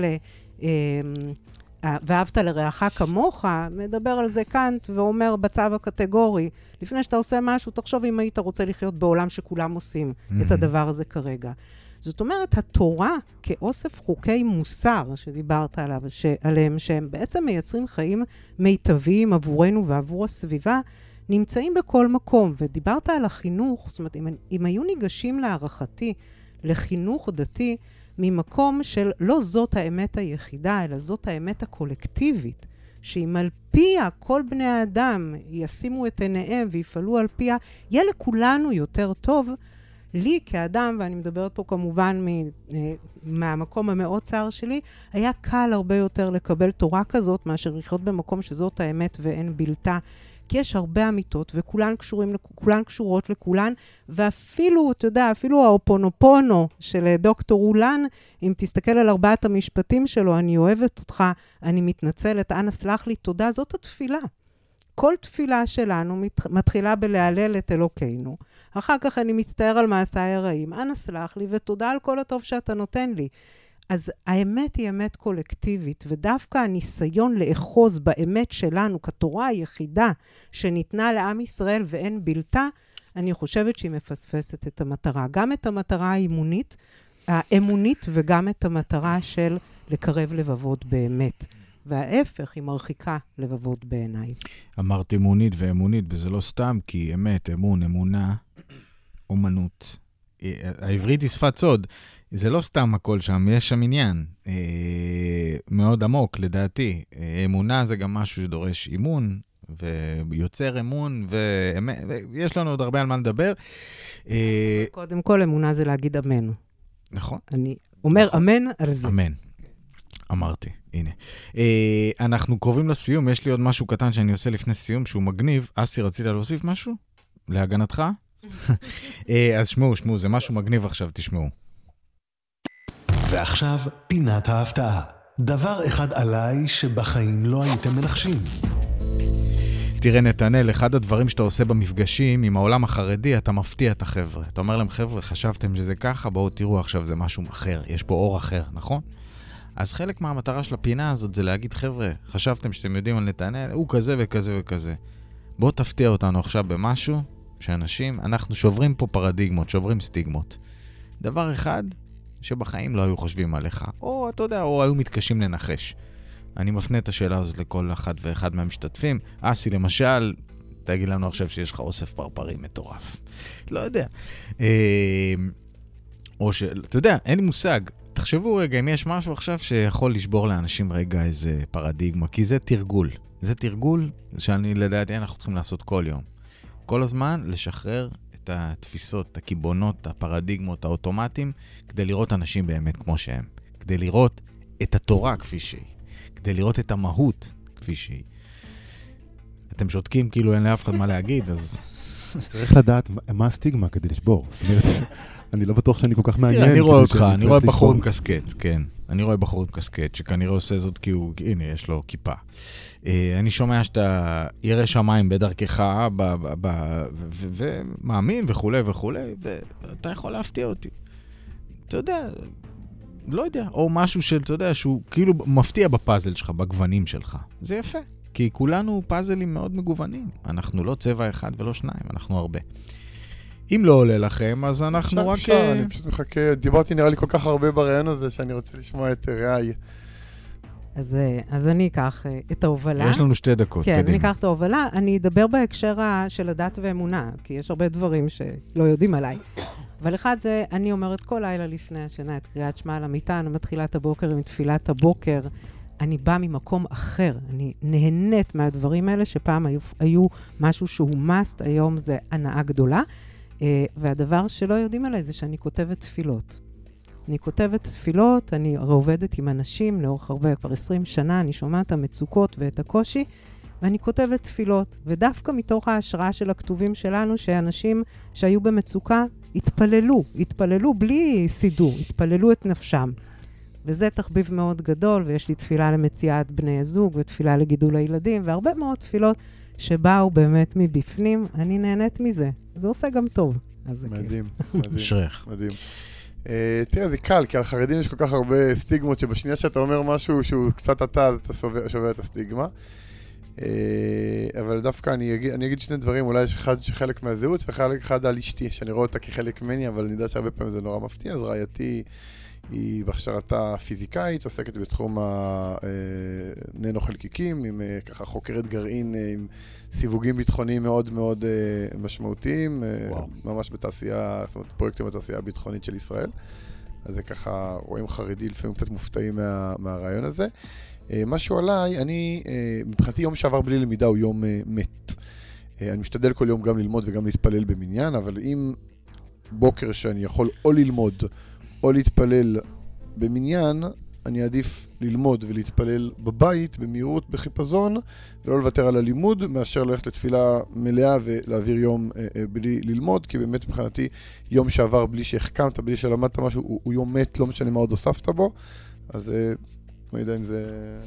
ואהבת לרעך כמוך, מדבר על זה קאנט ואומר בצו הקטגורי, לפני שאתה עושה משהו, תחשוב אם היית רוצה לחיות בעולם שכולם עושים את הדבר הזה כרגע. זאת אומרת, התורה כאוסף חוקי מוסר שדיברת עליהם, שהם בעצם מייצרים חיים מיטביים עבורנו ועבור הסביבה, נמצאים בכל מקום. ודיברת על החינוך, זאת אומרת, אם היו ניגשים להערכתי לחינוך דתי, ממקום של לא זאת האמת היחידה, אלא זאת האמת הקולקטיבית, שאם על פיה כל בני האדם ישימו את עיניהם ויפעלו על פיה, יהיה לכולנו יותר טוב, לי כאדם, ואני מדברת פה כמובן מהמקום המאוד צער שלי, היה קל הרבה יותר לקבל תורה כזאת, מאשר לחיות במקום שזאת האמת ואין בלתה. כי יש הרבה אמיתות, וכולן קשורות לכולן, ואפילו, אתה יודע, אפילו האופונופונו של דוקטור אולן, אם תסתכל על 4 המשפטים שלו, אני אוהבת אותך, אני מתנצלת, אנא סלח לי, תודה, זאת התפילה. כל תפילה שלנו מתחילה בלהלל את אלוקינו. אחר כך אני מצטער על מעשיי הרעים, אנא סלח לי, ותודה על כל הטוב שאתה נותן לי. אז האמת היא אמת קולקטיבית, ודווקא הניסיון לאחוז באמת שלנו, כתורה היחידה שניתנה לעם ישראל ואין בלתה, אני חושבת שהיא מפספסת את המטרה. גם את המטרה האמונית וגם את המטרה של לקרב לבבות באמת. וההפך היא מרחיקה לבבות בעיניי. אמרת אמונית ואמונית, וזה לא סתם, כי אמת, אמון, אמונה, אומנות. העברית היא שפת סוד. זה לא סתם הכל שם, יש שם עניין מאוד עמוק, לדעתי. אמונה זה גם משהו שדורש אימון, ויוצר אמון, ויש לנו עוד הרבה על מה לדבר. קודם כל, אמונה זה להגיד אמן. נכון. אני אומר אמן על זה. אמן. אמרתי, הנה. אנחנו קרובים לסיום, יש לי עוד משהו קטן שאני עושה לפני סיום, שהוא מגניב. אסי, רצית להוסיף משהו? להגנתך? אז שמעו, זה משהו מגניב עכשיו, תשמעו. ועכשיו פינת ההפתעה. דבר אחד עליי שבחיים לא הייתם מנחשים. תראה נתנאל, אחד הדברים שאתה עושה במפגשים עם העולם החרדי, אתה מפתיע את החבר'ה. אתה אומר להם, חבר'ה, חשבתם שזה ככה? בואו תראו עכשיו זה משהו אחר, יש פה אור אחר, נכון? אז חלק מהמטרה של הפינה הזאת זה להגיד, חבר'ה, חשבתם שאתם יודעים על נתנאל, הוא כזה וכזה וכזה. בואו תפתיע אותנו עכשיו במשהו שאנשים, אנחנו שוברים פה פרדיגמות, שוברים סטיגמות. דבר אחד, שבחיים לא היו חושבים עליך, או אתה יודע, או היו מתקשים לנחש. אני מפנה את השאלה הזאת לכל אחד ואחד מהמשתתפים. אסי, למשל, תגיד לנו עכשיו שיש לך אוסף פרפרים מטורף. לא יודע. או אתה יודע, אין לי מושג. תחשבו רגע, אם יש משהו עכשיו שיכול לשבור לאנשים רגע איזה פרדיגמה, כי זה תרגול. זה תרגול שאני לדעתי אנחנו צריכים לעשות כל יום. כל הזמן לשחרר את התפיסות, את הקיבונות, הפרדיגמות, האוטומטיים, כדי לראות אנשים באמת כמו שהם. כדי לראות את התורה כפי שהיא. כדי לראות את המהות כפי שהיא. אתם שותקים כאילו אין לאף אחד מה להגיד, אז... צריך לדעת מה הסטיגמה כדי לשבור. זאת אומרת, אני לא בטוח שאני כל כך מעניין. תראה, אני רואה אותך, אני רואה בחור עם קסקט, כן. אני רואה בחור עם קסקט, שכנראה עושה זאת כי הוא, הנה, יש לו כיפה. אני שומע שאתה ירא שמיים בדרכך, ומאמין וכו' וכו', ואתה יכול להפתיע אותי. אתה יודע, לא יודע, או משהו של, אתה יודע, שהוא כאילו מפתיע בפאזל שלך, בגוונים שלך. זה יפה, כי כולנו פאזלים מאוד מגוונים. אנחנו לא צבע אחד ולא שניים, אנחנו הרבה. אם לא עולה לכם, אז אנחנו רק... אני פשוט מחכה, דיברתי נראה לי כל כך הרבה ברעיון הזה, שאני רוצה לשמוע את ראי. אז אני אקח את ההובלה. יש לנו 2 דקות, כן, קדימה. אני אקח את ההובלה. אני אדבר בהקשר של הדת ואמונה, כי יש הרבה דברים שלא יודעים עליי. אבל אחד זה, אני אומרת כל לילה לפני השינה את קריאת שמע על המיטה, אני מתחילה את הבוקר עם תפילת הבוקר, אני באה ממקום אחר, אני נהנית מהדברים האלה שפעם היו משהו שהוא must, היום זה הנאה גדולה, והדבר שלא יודעים עליי זה שאני כותבת תפילות. אני כותבת תפילות, אני עובדת עם אנשים לאורך הרבה, כבר 20 שנה, אני שומעת את המצוקות ואת הקושי, ואני כותבת תפילות, ודווקא מתוך ההשראה של הכתובים שלנו, שאנשים שהיו במצוקה התפללו בלי סידור, התפללו את נפשם. וזה תחביב מאוד גדול, ויש לי תפילה למציאת בני הזוג, ותפילה לגידול הילדים, והרבה מאוד תפילות שבאו באמת מבפנים, אני נהנית מזה. זה עושה גם טוב. מדהים, מדהים. שריך. מדהים. תראה, זה קל, כי על חרדים יש כל כך הרבה סטיגמות, שבשנייה שאתה אומר משהו שהוא קצת אתה שובר את הסטיגמה. אבל דווקא אני אגיד 2 דברים, אולי יש אחד שחלק מהזהות וחלק אחד על אשתי, שאני רואה אותה כחלק ממני, אבל אני יודע שהרבה פעמים זה נורא מפתיע, אז רעייתי היא בהכשרתה פיזיקאית, עוסקת בתחום הננו-חלקיקים, עם ככה חוקרת גרעין עם סיווגים ביטחוניים מאוד מאוד משמעותיים, ממש בתעשייה, זאת אומרת פרויקטים בתעשייה הביטחונית של ישראל, אז זה ככה רואים חרדי לפעמים קצת מופתעים מהרעיון הזה. משהו עליי, מבחינתי יום שעבר בלי למידה הוא יום מת. אני משתדל כל יום גם ללמוד וגם להתפלל במניין, אבל אם בוקר שאני יכול או ללמוד או להתפלל במניין, אני עדיף ללמוד ולהתפלל בבית, במהירות, בחיפזון, ולא לוותר על הלימוד, מאשר ללכת לתפילה מלאה ולהעביר יום בלי ללמוד, כי באמת מבחינתי יום שעבר בלי שהחכמת, בלי שלמדת משהו, הוא יום מת, לא משנה מה עוד הוספת בו, אז לא יודע אם זה...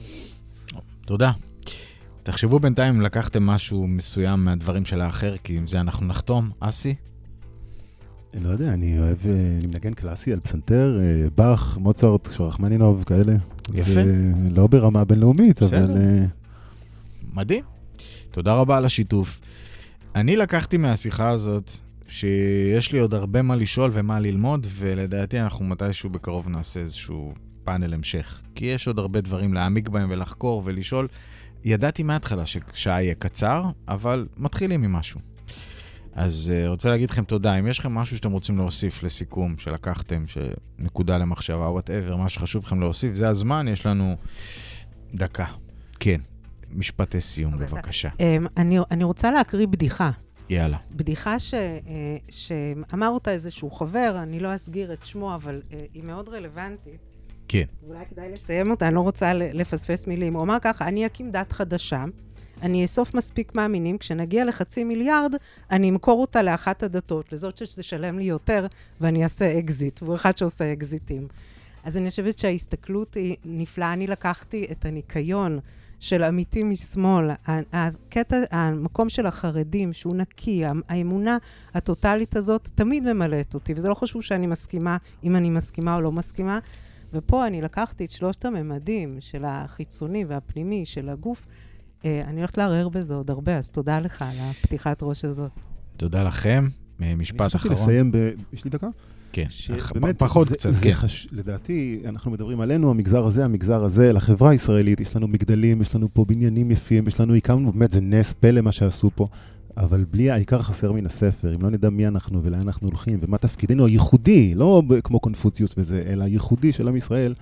תודה. תחשבו בינתיים אם לקחתם משהו מסוים מהדברים של האחר, כי עם זה אנחנו נחתום. אסי? אני לא יודע, אני אוהב, אני מנגן קלאסי על פסנתר, באך, מוצרט, שרחמנינוב, כאלה. יפה. לא ברמה בינלאומית, אבל... מדהים. תודה רבה על השיתוף. אני לקחתי מהשיחה הזאת שיש לי עוד הרבה מה לשאול ומה ללמוד, ולדעתי אנחנו מתישהו בקרוב נעשה איזשהו פאנל המשך. כי יש עוד הרבה דברים להעמיק בהם ולחקור ולשאול. ידעתי מההתחלה ששעה יהיה קצר, אבל מתחילים ממשהו. אז רוצה להגיד לכם תודה. אם יש לכם משהו שאתם רוצים להוסיף לסיכום שלקחתם, שנקודה למחשבה, whatever, מה שחשוב לכם להוסיף, זה הזמן, יש לנו דקה. כן, משפטי סיום, בבקשה. אני רוצה להקריא בדיחה. יאללה. בדיחה שאמר אותה איזשהו חבר, אני לא אסגיר את שמו, אבל היא מאוד רלוונטית. כן. ואולי כדאי לסיים אותה, אני לא רוצה לפספס מילים. הוא אמר ככה, אני אקים דת חדשה, אני אאסוף מספיק מאמינים, כשנגיע ל500 מיליארד, אני אמכור אותה לאחת הדתות, לזאת שתשלם לי יותר, ואני אעשה אקזיט, והוא אחד שעושה אקזיטים. אז אני חושבת שההסתכלות היא נפלאה, אני לקחתי את הניקיון של אמיתי משמאל, המקום של החרדים, שהוא נקי, האמונה הטוטלית הזאת, תמיד ממלאת אותי, וזה לא חשוב שאני מסכימה, אם אני מסכימה או לא מסכימה, ופה אני לקחתי את 3 הממדים של החיצוני והפנימי של הגוף, אני הולכת לערער בזה עוד הרבה, אז תודה לך על הפתיחת ראש הזאת. תודה לכם. משפט אחרון. אני חשבתי לסיים יש לי דקה? כן, פחות קצת, כן. לדעתי, אנחנו מדברים עלינו, המגזר הזה, לחברה הישראלית, יש לנו מגדלים, יש לנו פה בניינים יפים, יש לנו, הקמנו, באמת, זה נס פלא מה שעשו פה, אבל בלי העיקר חסר מן הספר, אם לא נדע מי אנחנו ולאן אנחנו הולכים, ומה תפקידנו הייחודי, לא כמו קונפוציוס וזה, אלא הייחודי של עם ישראל,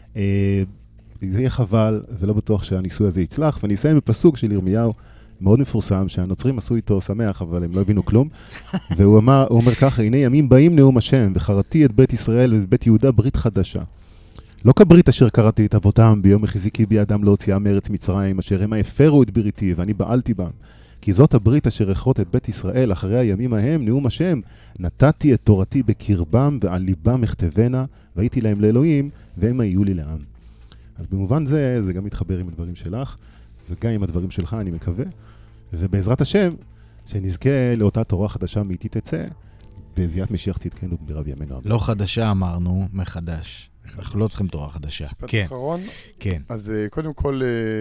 זה יהיה חבל, ולא בטוח שהניסוי הזה יצלח, ואני אסיים בפסוק של ירמיהו, מאוד מפורסם, שהנוצרים עשו איתו שמח, אבל הם לא הבינו כלום, והוא אומר ככה, הנה ימים באים נאום השם, וחרתי את בית ישראל ואת בית יהודה ברית חדשה. לא כברית אשר קראתי את אבותם ביום החזיקי בידם להוציאה מארץ מצרים, אשר הם הפרו את בריתי, ואני בעלתי בם. כי זאת הברית אשר אכרות את בית ישראל אחרי הימים ההם, נאום השם, נתתי את תורתי בקרבם ועל ליבם אכתבנה, והייתי להם לאלוהים, והם היו לי לעם. אז במובן זה, זה גם מתחבר עם הדברים שלך, וגם עם הדברים שלך, אני מקווה. ובעזרת השם, שנזכה לאותה תורה חדשה מאיתי תצא, בביאת משיח צדקנו ברב ימינו. לא חדשה אמרנו, מחדש. אנחנו לא צריכים תורה חדשה. משפט אחרון? כן. אז קודם כל,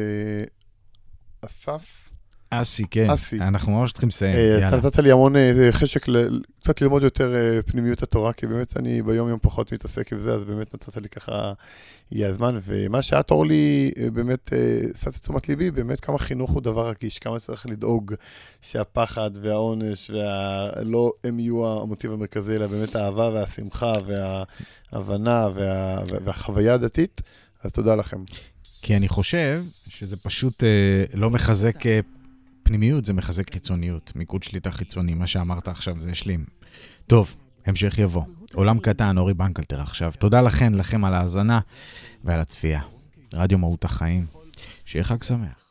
אסף. אסי, כן. אנחנו ממש צריכים לסיים. אתה נתת לי המון חשק קצת ללמוד יותר פנימיות התורה, כי באמת אני ביום יום פחות מתעסק עם זה, אז באמת נתת לי ככה יהיה הזמן, ומה שאת אורלי באמת שאת תשומת ליבי, באמת כמה חינוך הוא דבר רגיש, כמה צריך לדאוג שהפחד והעונש והלא הם יהיו המוטיב המרכזי, אלא באמת האהבה והשמחה וההבנה והחוויה הדתית, אז תודה לכם. כי אני חושב שזה פשוט לא מחזק פנימיות, זה מחזק חיצוניות, מיקוד שליטה חיצוני, מה שאמרת עכשיו זה השלים. טוב, המשך יבוא. עולם קטן, אורי בנקלטר עכשיו. תודה לכם על ההאזנה ועל הצפייה. רדיו מהות החיים. שיהיה חג שמח.